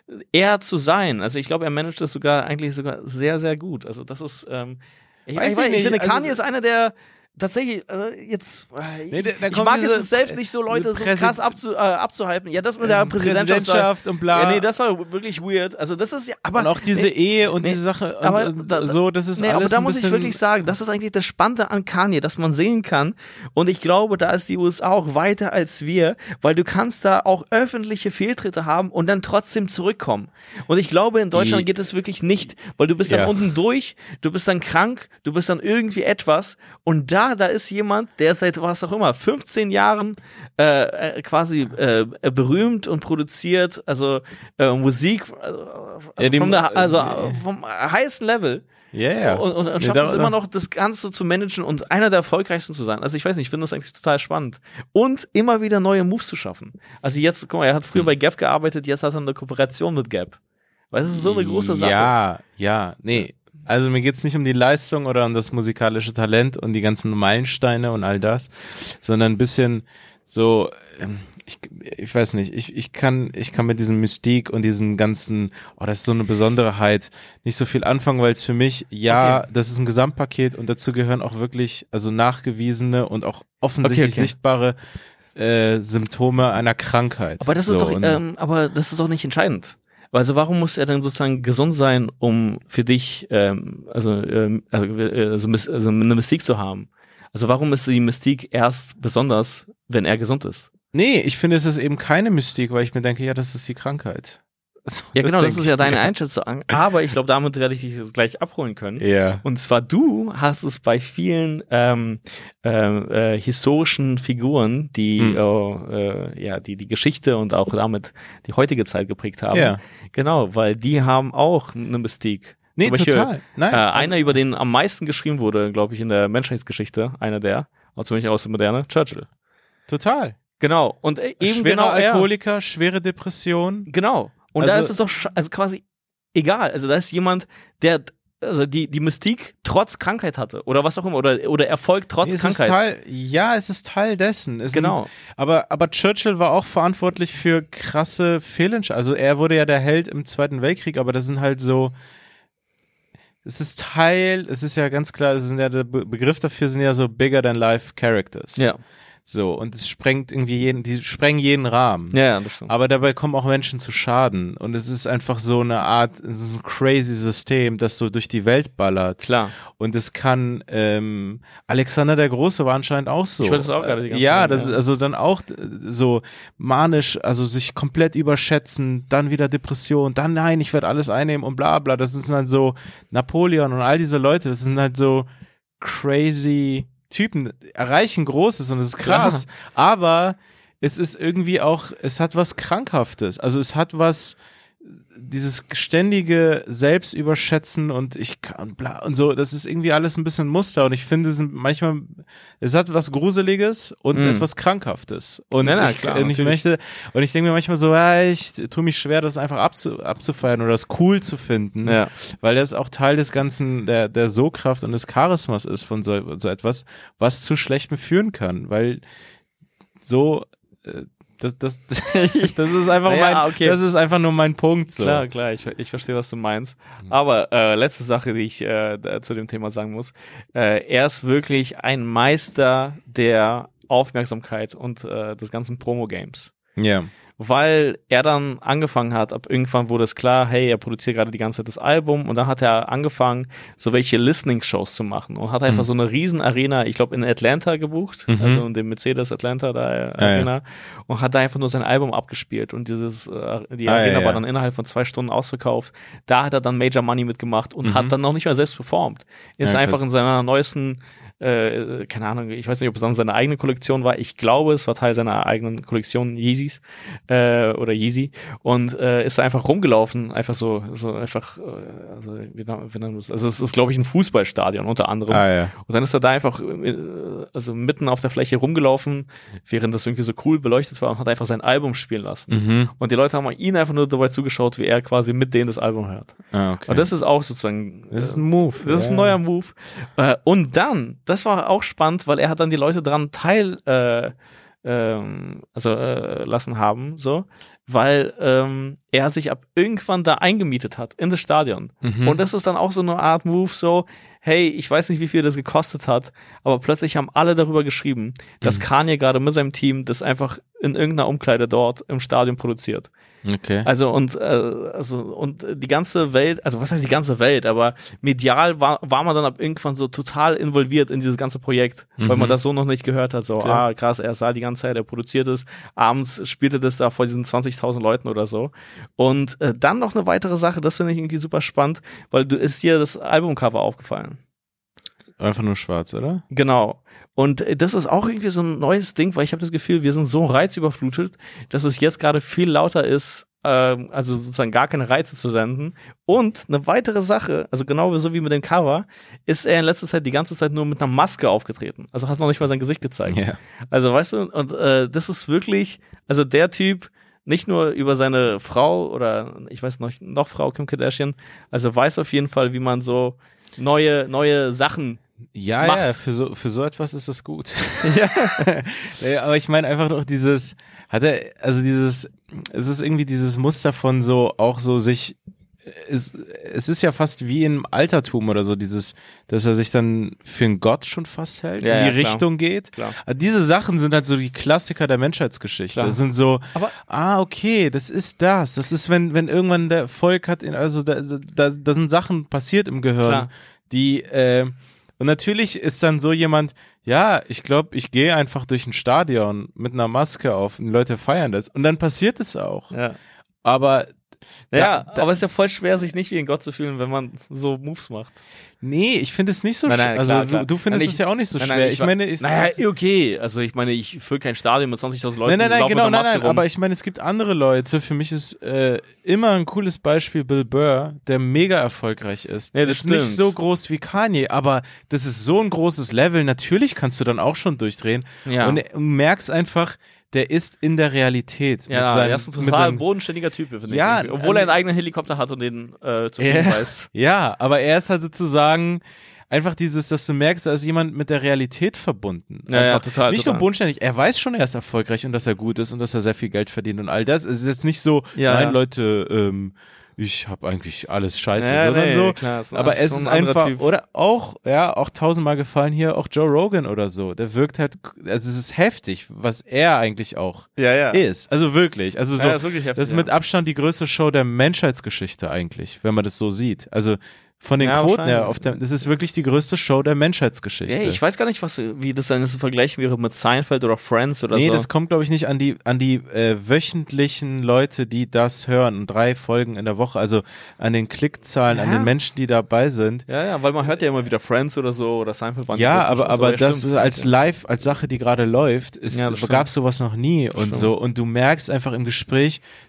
er zu sein. Also ich glaube, er managt das sogar eigentlich sogar sehr, sehr gut. Also das ist, ähm, ich, weiß ich, weiß, ich ich finde, also, Kanye ist einer der tatsächlich, äh, jetzt, äh, nee, da, da ich mag diese, es selbst nicht so, Leute so Präsid- krass abzu, äh, abzuhypen. Ja, das mit der ähm, Präsidentschaft, Präsidentschaft und bla. Ja, nee, das war wirklich weird. Also das ist ja, aber und auch diese nee, Ehe und nee, diese Sache und, aber und da, so, das ist nee, alles aber da ein muss ich bisschen wirklich sagen, das ist eigentlich das Spannende an Kanye, dass man sehen kann und ich glaube, da ist die U S A auch weiter als wir, weil du kannst da auch öffentliche Fehltritte haben und dann trotzdem zurückkommen. Und ich glaube, in Deutschland die, geht das wirklich nicht, weil du bist dann ja. unten durch, du bist dann krank, du bist dann irgendwie etwas und da, da ist jemand, der seit was auch immer, fünfzehn Jahren äh, quasi äh, berühmt und produziert, also äh, Musik, also, ja, die, vom, der, also äh, vom heißen Level. Ja, yeah. Und, und, und schafft es immer noch, das Ganze zu managen und einer der erfolgreichsten zu sein. Also ich weiß nicht, ich finde das eigentlich total spannend. Und immer wieder neue Moves zu schaffen. Also jetzt, guck mal, er hat früher hm. bei Gap gearbeitet, jetzt hat er eine Kooperation mit Gap. Weil das ist so eine große Sache. Ja, ja, nee. Also mir geht's nicht um die Leistung oder um das musikalische Talent und die ganzen Meilensteine und all das, sondern ein bisschen so, ich, ich weiß nicht, ich, ich kann ich kann mit diesem Mystik und diesem ganzen, oh, das ist so eine Besonderheit, nicht so viel anfangen, weil es für mich, ja, okay. das ist ein Gesamtpaket und dazu gehören auch wirklich, also nachgewiesene und auch offensichtlich okay, okay. sichtbare äh, Symptome einer Krankheit. Aber das so, ist doch, ähm, aber das ist doch nicht entscheidend. Also warum muss er denn sozusagen gesund sein, um für dich ähm, also, ähm, also, also, also eine Mystik zu haben? Also warum ist die Mystik erst besonders, wenn er gesund ist? Nee, ich finde, es ist eben keine Mystik, weil ich mir denke, ja, das ist die Krankheit. So, ja, das genau, das ist ja deine Einschätzung. Aber ich glaube, damit werde ich dich gleich abholen können. Ja. Und zwar du hast es bei vielen ähm, äh, äh, historischen Figuren, die hm. äh, ja die die Geschichte und auch damit die heutige Zeit geprägt haben. Ja. Genau, weil die haben auch eine Mystik. Nee, Beispiel, total. Nein, äh, also, einer, über den am meisten geschrieben wurde, glaube ich, in der Menschheitsgeschichte, einer der, auch zumindest aus der Moderne, Churchill. Total. Genau. Und äh, eben schwerer genau Alkoholiker, er. schwere Depression. Genau. Und also, da ist es doch also quasi egal. Also da ist jemand, der also die die Mystik trotz Krankheit hatte oder was auch immer oder oder Erfolg trotz es Krankheit. Ist Teil, ja, es ist Teil dessen. Es genau. Sind, aber aber Churchill war auch verantwortlich für krasse Fehlentscheidungen. Also er wurde ja der Held im Zweiten Weltkrieg, aber das sind halt so. Es ist Teil. Es ist ja ganz klar. Es sind ja der Be- Begriff dafür sind ja so bigger than life characters. Ja. So, und es sprengt irgendwie jeden, die sprengen jeden Rahmen. Ja, ja, das stimmt. Aber dabei kommen auch Menschen zu Schaden. Und es ist einfach so eine Art, es ist ein crazy System, das so durch die Welt ballert. Klar. Und es kann, ähm, Alexander der Große war anscheinend auch so. Ich wollte das auch gerade die ganze Ja, Zeit, das ja. ist also dann auch so manisch, also sich komplett überschätzen, dann wieder Depression, dann nein, ich werde alles einnehmen und bla bla. Das ist halt so Napoleon und all diese Leute, das sind halt so crazy Typen, erreichen Großes und es ist krass, Klar. aber es ist irgendwie auch, es hat was Krankhaftes, also es hat was dieses ständige Selbstüberschätzen und ich kann bla und so, das ist irgendwie alles ein bisschen Muster und ich finde, es sind manchmal, es hat was Gruseliges und Mm. etwas Krankhaftes und Na, na, ich, klar, und ich natürlich. möchte, und ich denke mir manchmal so, ja, ich tue mich schwer, das einfach abzu, abzufeiern oder das cool zu finden, Ja. weil das auch Teil des ganzen, der, der So-Kraft und des Charismas ist von so, so etwas, was zu Schlechtem führen kann, weil so, äh, Das, das, das ist einfach Naja, mein, okay. das ist einfach nur mein Punkt. So. Klar, klar, ich, ich verstehe, was du meinst. Aber äh, letzte Sache, die ich äh, da, zu dem Thema sagen muss. Äh, er ist wirklich ein Meister der Aufmerksamkeit und äh, des ganzen Promo-Games. Ja. Weil er dann angefangen hat, ab irgendwann wurde es klar, hey, er produziert gerade die ganze Zeit das Album und dann hat er angefangen, so welche Listening-Shows zu machen und hat einfach Mhm. so eine riesen Arena, ich glaube in Atlanta gebucht, Mhm. also in dem Mercedes Atlanta da äh, Ah, Arena ja. und hat da einfach nur sein Album abgespielt und dieses, äh, die Ah, Arena ja, war ja. dann innerhalb von zwei Stunden ausverkauft. Da hat er dann Major Money mitgemacht und Mhm. hat dann noch nicht mal selbst performt. Ist Ja, einfach krass. in seiner neuesten äh, keine Ahnung, ich weiß nicht, ob es dann seine eigene Kollektion war. Ich glaube, es war Teil seiner eigenen Kollektion Yeezys äh, oder Yeezy und äh, ist da einfach rumgelaufen, einfach so, so einfach, äh, also, wie, nennt- wie nennt man das? Also es ist, glaube ich, ein Fußballstadion unter anderem. Ah, ja. Und dann ist er da einfach äh, also mitten auf der Fläche rumgelaufen, während das irgendwie so cool beleuchtet war und hat einfach sein Album spielen lassen. Mhm. Und die Leute haben ihn einfach nur dabei zugeschaut, wie er quasi mit denen das Album hört. Ah, okay. Und das ist auch sozusagen Das ist äh, ein Move. das ist ein ja. neuer Move. Äh, und dann, das war auch spannend, weil er hat dann die Leute dran teil äh, ähm, also äh, lassen haben, so, weil ähm, er sich ab irgendwann da eingemietet hat in das Stadion. Mhm. Und das ist dann auch so eine Art Move, so, hey, ich weiß nicht, wie viel das gekostet hat, aber plötzlich haben alle darüber geschrieben, dass Mhm. Kanye gerade mit seinem Team das einfach in irgendeiner Umkleide dort im Stadion produziert. Okay. Also und äh, also und die ganze Welt, also was heißt die ganze Welt, aber medial war, war man dann ab irgendwann so total involviert in dieses ganze Projekt, weil Mhm. man das so noch nicht gehört hat. So, Okay. ah krass, er sah die ganze Zeit, er produziert es, abends spielte das da vor diesen zwanzigtausend Leuten oder so. Und äh, dann noch eine weitere Sache, das finde ich irgendwie super spannend, weil du ist dir das Albumcover aufgefallen. Einfach nur schwarz, oder? Genau. Und äh, das ist auch irgendwie so ein neues Ding, weil ich habe das Gefühl, wir sind so reizüberflutet, dass es jetzt gerade viel lauter ist, ähm, also sozusagen gar keine Reize zu senden. Und eine weitere Sache, also genau so wie mit dem Cover, ist er in letzter Zeit die ganze Zeit nur mit einer Maske aufgetreten. Also hat noch nicht mal sein Gesicht gezeigt. Ja. Also weißt du, und äh, das ist wirklich, also der Typ, nicht nur über seine Frau oder ich weiß noch, noch Frau Kim Kardashian, also weiß auf jeden Fall, wie man so neue, neue Sachen Ja, Macht. ja, für so, für so etwas ist das gut. ja. Aber ich meine einfach doch dieses, hat er, also dieses, es ist irgendwie dieses Muster von so, auch so sich, es, es ist ja fast wie im Altertum oder so, dieses, dass er sich dann für einen Gott schon fast hält, Ja, in ja, die klar. Richtung geht. Klar. Also diese Sachen sind halt so die Klassiker der Menschheitsgeschichte. Klar. Das sind so, Aber- ah, okay, das ist das. Das ist, wenn, wenn irgendwann der Volk hat, in, also da, da, da sind Sachen passiert im Gehirn, Klar. die, äh, und natürlich ist dann so jemand, ja, ich glaube, ich gehe einfach durch ein Stadion mit einer Maske auf und die Leute feiern das. Und dann passiert es auch. Ja. Aber Naja, Da- da- aber es ist ja voll schwer, sich nicht wie ein Gott zu fühlen, wenn man so Moves macht. nee, ich finde es nicht so Nein, schwer. nein, Also klar, klar. du, du findest Nein, ich- es ja auch nicht so nein, schwer. nein, ich, ich wa- meine, ich, Naja, es- okay. Also ich meine, ich fülle kein Stadion mit zwanzigtausend Leuten. Nein, nein, nein, laufe mit genau, einer nein, Maske nein, rum. aber ich meine, es gibt andere Leute. Für mich ist äh, immer ein cooles Beispiel Bill Burr, der mega erfolgreich ist. Ja, das ist nicht stimmt. so groß wie Kanye, aber das ist so ein großes Level. Natürlich kannst du dann auch schon durchdrehen. Ja. Und du merkst einfach, der ist in der Realität. Ja, mit seinem, er ist ein mit total seinem, bodenständiger Typ, finde Ja, ich. irgendwie. Obwohl ähm, er einen eigenen Helikopter hat und den äh, zu fliegen Ja. weiß. Ja, aber er ist halt sozusagen einfach dieses, dass du merkst, da ist jemand mit der Realität verbunden. Ja, ja, Einfach total, Nicht total. nur bodenständig, er weiß schon, er ist erfolgreich und dass er gut ist und dass er sehr viel Geld verdient und all das. Es ist jetzt nicht so, Ja, nein, ja. Leute, ähm, ich habe eigentlich alles scheiße, Ja, sondern nee, so. klar, ist ein- aber es schon ist ein anderer einfach, Typ. oder auch, ja, auch tausendmal gefallen hier, auch Joe Rogan oder so. Der wirkt halt, also es ist heftig, was er eigentlich auch Ja, ja. ist. Also wirklich. Also so, Ja, ist wirklich heftig, das ist mit ja. Abstand die größte Show der Menschheitsgeschichte eigentlich, wenn man das so sieht. Also von den Ja, Quoten her, wahrscheinlich. auf der, das ist wirklich die größte Show der Menschheitsgeschichte. Ja, ich weiß gar nicht, was, wie das dann zu vergleichen wäre mit Seinfeld oder Friends oder Nee, so. das kommt, glaube ich, nicht an die, an die äh, wöchentlichen Leute, die das hören. Drei Folgen in der Woche, also an den Klickzahlen, Ja. an den Menschen, die dabei sind. ja, ja, weil man hört ja immer wieder Friends oder so oder Seinfeld waren die Ja, größten aber, Shows, aber ja, das stimmt, ist als ja. live, als Sache, die gerade läuft, ist, Ja, das gab es sowas noch nie und Stimmt. so. Und du merkst einfach im Gespräch,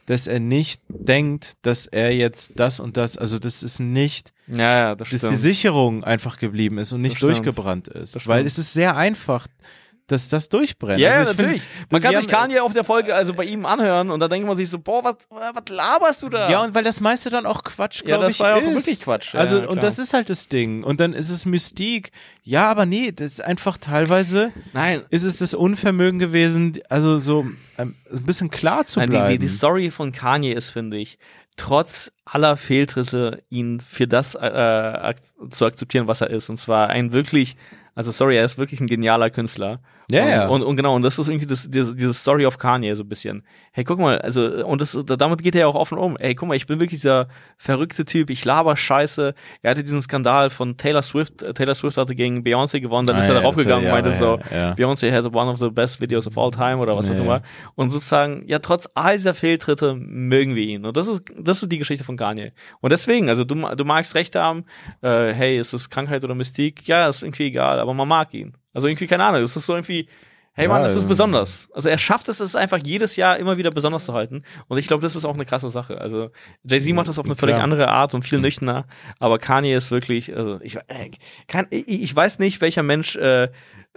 dass er nicht denkt, dass er jetzt das und das, also das ist nicht, Ja, ja, das dass stimmt. die Sicherung einfach geblieben ist und nicht Das stimmt. durchgebrannt ist. Das Weil stimmt. es ist sehr einfach, dass das durchbrennt. Ja, also ich natürlich. Find, man kann wir sich haben- Kanye auf der Folge, also bei ihm anhören und da denkt man sich so, boah, was, was laberst du da? Ja, und weil das meiste dann auch Quatsch, Ja, glaube das ich, war ja auch ist. wirklich Quatsch. Ja, also, ja, klar. und das ist halt das Ding. Und dann ist es Mystik. Ja, aber nee, das ist einfach teilweise, Nein, ist es das Unvermögen gewesen, also so ähm, ein bisschen klar zu Nein, bleiben. die, die, die Story von Kanye ist, finde ich, trotz aller Fehltritte, ihn für das äh, ak zu akzeptieren, was er ist. Und zwar ein wirklich, also sorry, er ist wirklich ein genialer Künstler. Ja, und, ja. Und, und genau, und das ist irgendwie das, diese, diese Story of Kanye so ein bisschen. Hey, guck mal, also, und das, damit geht er ja auch offen um. Ey, guck mal, ich bin wirklich dieser verrückte Typ, ich laber Scheiße. Er hatte diesen Skandal von Taylor Swift. Taylor Swift hatte gegen Beyoncé gewonnen, dann Ah, ist er ja, darauf das gegangen war- und meinte ja, so, ja, ja. Beyoncé has one of the best videos of all time oder was auch Ja, immer. ja. Und sozusagen, ja, trotz all dieser Fehltritte mögen wir ihn. Und das ist, das ist die Geschichte von Kanye. Und deswegen, also du, du magst recht haben, äh, hey, ist es Krankheit oder Mystik? Ja, ist irgendwie egal, aber man mag ihn. Also irgendwie, keine Ahnung, es ist so irgendwie, hey Ja, Mann, es ist also- besonders. Also er schafft es, es einfach jedes Jahr immer wieder besonders zu halten. Und ich glaube, das ist auch eine krasse Sache. Also Jay-Z macht das auf eine völlig Klar. andere Art und viel nüchterner. Aber Kanye ist wirklich, also ich, äh, kann, ich, ich weiß nicht, welcher Mensch äh,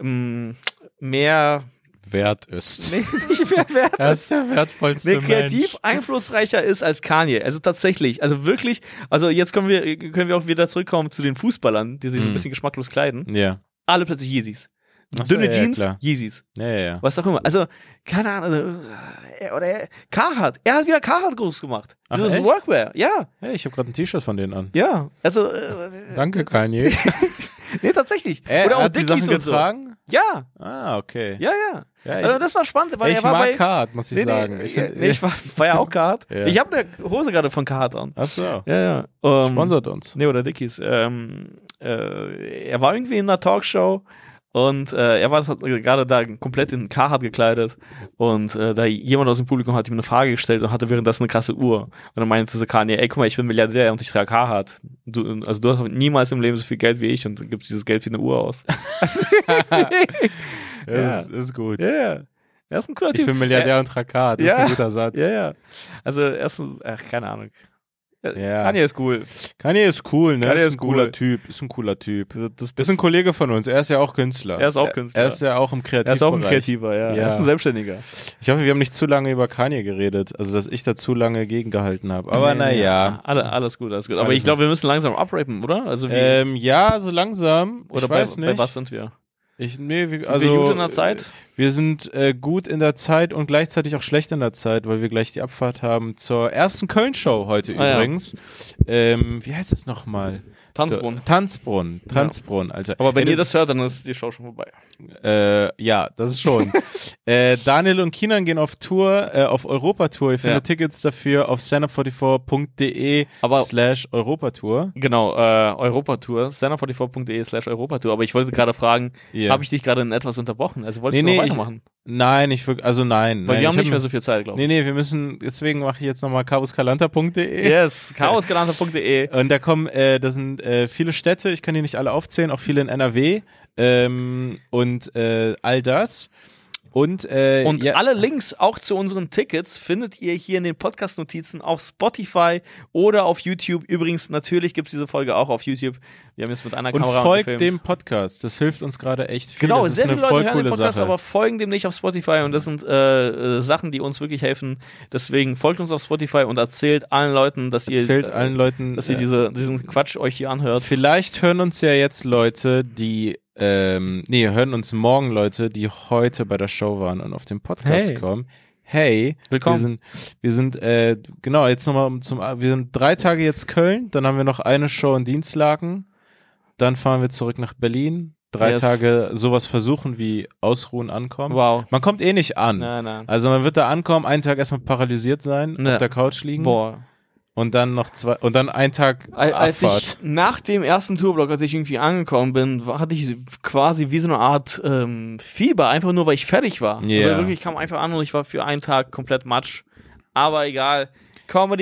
m, mehr, wert ist. nee, nicht mehr wert Er ist. ist der wertvollste Mehr kreativ Mensch. einflussreicher ist als Kanye. Also tatsächlich, also wirklich, also jetzt können wir, können wir auch wieder zurückkommen zu den Fußballern, die sich so ein Mhm. bisschen geschmacklos kleiden. Ja. Alle plötzlich Yeezys. Ach so, Dünne ja, ja, Jeans, klar. Yeezys. Ja, ja, ja. Was auch immer. Also, keine Ahnung. Also, äh, oder er, Carhartt. Er hat wieder Carhartt groß gemacht. Ach, Dieses echt? Workwear. Ja, Hey, ich habe gerade ein T-Shirt von denen an. ja. Also, äh, Danke, Kanye. nee, tatsächlich. Er oder auch hat die Dickies Sachen und so. getragen? Ja, Ah, okay. ja, ja. Ja, ich, Also, das war spannend, weil ich er war mag bei. Card, muss ich nee, nee, sagen. Ich ja, find, nee, ich war, war ja auch Carhartt. Ja. Ich habe eine Hose gerade von Carhartt an. Ach so. Ja, ja. Um, Sponsert uns. Nee, oder Dickies. Ähm, äh, er war irgendwie in einer Talkshow und äh, er war das- gerade da komplett in Carhartt gekleidet und äh, da jemand aus dem Publikum hat ihm eine Frage gestellt und hatte währenddessen eine krasse Uhr. Und dann meinte so Kanye, ey, guck mal, ich bin Milliardär und ich trage Carhartt. Du, also du hast niemals im Leben so viel Geld wie ich und du gibst dieses Geld für eine Uhr aus. Das ist, ist gut. Ja, ja. Er ist ein cooler Ich Typ. bin Milliardär und Trakat. Das Ja. ist ein guter Satz. Ja, ja. Also erstens, ach, keine Ahnung. Ja. Kanye ist cool. Kanye ist cool, ne? Kanye ist ist ein cooler cool. Typ. Ist ein cooler Typ. Das, das, Das ist ein Kollege von uns. Er ist ja auch Künstler. Er ist auch Künstler. Er ist ja auch im er Kreativbereich. ist auch ein Kreativer, ja. Ja. Er ist ein Selbstständiger. Ich hoffe, wir haben nicht zu lange über Kanye geredet. Also, dass ich da zu lange gegengehalten habe. Aber Nee, nee, naja. Alle, alles gut, alles gut. Aber Alles ich glaube, wir müssen langsam abrappen, oder? Also wie, Ähm, ja, so langsam. oder ich bei, weiß nicht. bei was sind wir? Ich, nee, wir, Sind also, wir gut in der Zeit? Wir sind äh, gut in der Zeit und gleichzeitig auch schlecht in der Zeit, weil wir gleich die Abfahrt haben zur ersten Köln-Show heute Ah, ja. übrigens. Ähm, wie heißt es nochmal? Tanzbrunnen. Tanzbrunnen. Tanzbrunnen, Alter. Aber wenn Ey, ihr das hört, dann ist die Show schon vorbei. Äh, ja, das ist schon. äh, Daniel und Kinan gehen auf Tour, äh, auf Europatour. Ihr findet Ja. Tickets dafür auf stand up vierundvierzig punkt de Aber- slash Europatour. Genau, äh, Europatour, stand up vierundvierzig punkt de slash Europatour. Aber ich wollte gerade fragen, Ja. habe ich dich gerade in etwas unterbrochen? Also wolltest Nee, du noch nee, ich- weitermachen? Nein, ich wirklich, also nein. Weil nein, wir haben ich nicht hab- mehr so viel Zeit, glaube ich. Nee, nee, wir müssen, deswegen mache ich jetzt nochmal caroscalanta punkt de. Yes, chaosgedanter punkt de. Und da kommen, äh, da sind äh, viele Städte, ich kann die nicht alle aufzählen, auch viele in N R W ähm, und äh, all das. Und, äh, Und ja, alle Links auch zu unseren Tickets findet ihr hier in den Podcast-Notizen auf Spotify oder auf YouTube. Übrigens, natürlich gibt es diese Folge auch auf YouTube. Wir haben jetzt mit einer und Kamera folgt gefilmt. dem Podcast, das hilft uns gerade echt viel. Genau, das ist sehr eine viele voll Leute hören den coole Podcast, Sache. aber folgen dem nicht auf Spotify und das sind äh, äh, Sachen, die uns wirklich helfen. Deswegen folgt uns auf Spotify und erzählt allen Leuten, dass ihr, Erzählt äh, allen Leuten, dass ihr äh, diese, diesen Quatsch euch hier anhört. vielleicht hören uns ja jetzt Leute, die ähm, nee, hören uns morgen Leute, die heute bei der Show waren und auf den Podcast Hey. kommen. Hey, Willkommen. wir sind, wir sind, äh, genau, jetzt nochmal zum, wir sind drei Tage jetzt Köln, dann haben wir noch eine Show in Dienstlaken, dann fahren wir zurück nach Berlin, drei Yes. Tage sowas versuchen wie ausruhen, ankommen. Wow. Man kommt eh nicht an. Nein, nein. Also man wird da ankommen, einen Tag erstmal paralysiert sein, Ne. auf der Couch liegen Boah. und dann noch zwei, und dann einen Tag Als als Abfahrt. ich nach dem ersten Tourblock, als ich irgendwie angekommen bin, war- hatte ich quasi wie so eine Art ähm, Fieber, einfach nur, weil ich fertig war. Ja. Also wirklich, ich kam einfach an und ich war für einen Tag komplett matsch. Aber egal. Comedy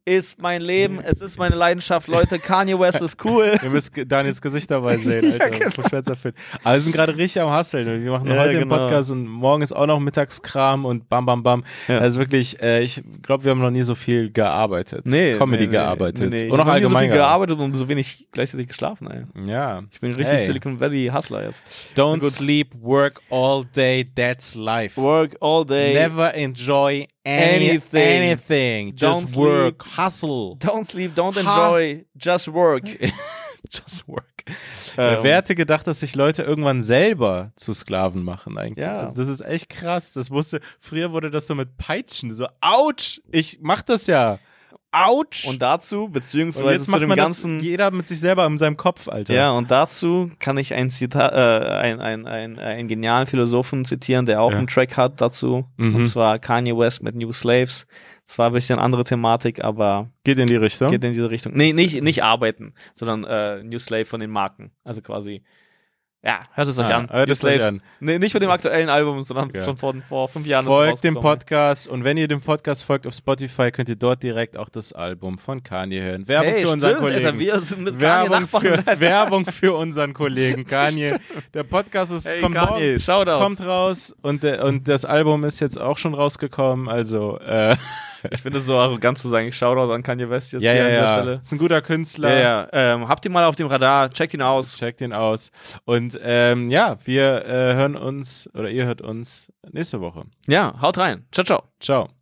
ist mein Leben, es ist meine Leidenschaft, Leute. Kanye West ist cool. Ihr müsst Daniels Gesicht dabei sehen, Alter. Ja, genau. Schwärzer Fit. Aber wir sind gerade richtig am Hustlen. Wir machen Ja, heute genau. den Podcast und morgen ist auch noch Mittagskram und bam, bam, bam. Ja. Also wirklich, äh, ich glaube, wir haben noch nie so viel gearbeitet. Nee, Comedy nee, gearbeitet. Nee, nee. Und noch ich habe nie so allgemein viel gearbeitet und so wenig gleichzeitig geschlafen, ey. Ja. Ich bin richtig Hey. Silicon Valley Hustler jetzt. Don't Gut. sleep, work all day, that's life. Work all day. Never enjoy any, Anything. anything. Don't Just work, sleep. hustle. Don't sleep, don't Ha. enjoy, just work. Just work. Ähm, Wer hätte gedacht, dass sich Leute irgendwann selber zu Sklaven machen eigentlich? Ja. Also das ist echt krass. Das musste, früher wurde das so mit Peitschen, so, ouch, ich mach das ja. Ouch. Und dazu, Und beziehungsweise jetzt zu macht dem man ganzen... das jeder mit sich selber in seinem Kopf, Alter. Ja, und dazu kann ich einen, Zita äh, ein, ein, ein, einen genialen Philosophen zitieren, der auch Ja. einen Track hat dazu. Mhm. Und zwar Kanye West mit New Slaves. Zwar ein bisschen andere Thematik, aber Geht in die Richtung. geht in diese Richtung. Nee, nicht, nicht arbeiten, sondern äh, New Slave von den Marken. Also quasi, ja, hört es euch Ah, an. hört New es euch Slaves. an. Nee, nicht von dem aktuellen Album, sondern Ja. schon vor, vor fünf Jahren. ist es Folgt dem rausgekommen. Podcast und wenn ihr dem Podcast folgt auf Spotify, könnt ihr dort direkt auch das Album von Kanye hören. Werbung Hey, für unseren stimmt, Kollegen. Alter, wir sind mit Kanye Werbung Nachbarn. für, Alter. Werbung für unseren Kollegen Kanye. Der Podcast ist, Hey, kommt, Kanye, morgen, Shoutout. kommt raus und, der, und das Album ist jetzt auch schon rausgekommen. Also, äh, Ich finde es so arrogant zu sagen, ich Shoutout an Kanye West jetzt ja, hier ja, an dieser ja. Stelle. Ist ein guter Künstler. Ja, ja. Ähm, habt ihr mal auf dem Radar, checkt ihn aus. Checkt ihn aus. Und ähm, ja, wir äh, hören uns oder ihr hört uns nächste Woche. Ja, haut rein. Ciao, ciao. Ciao.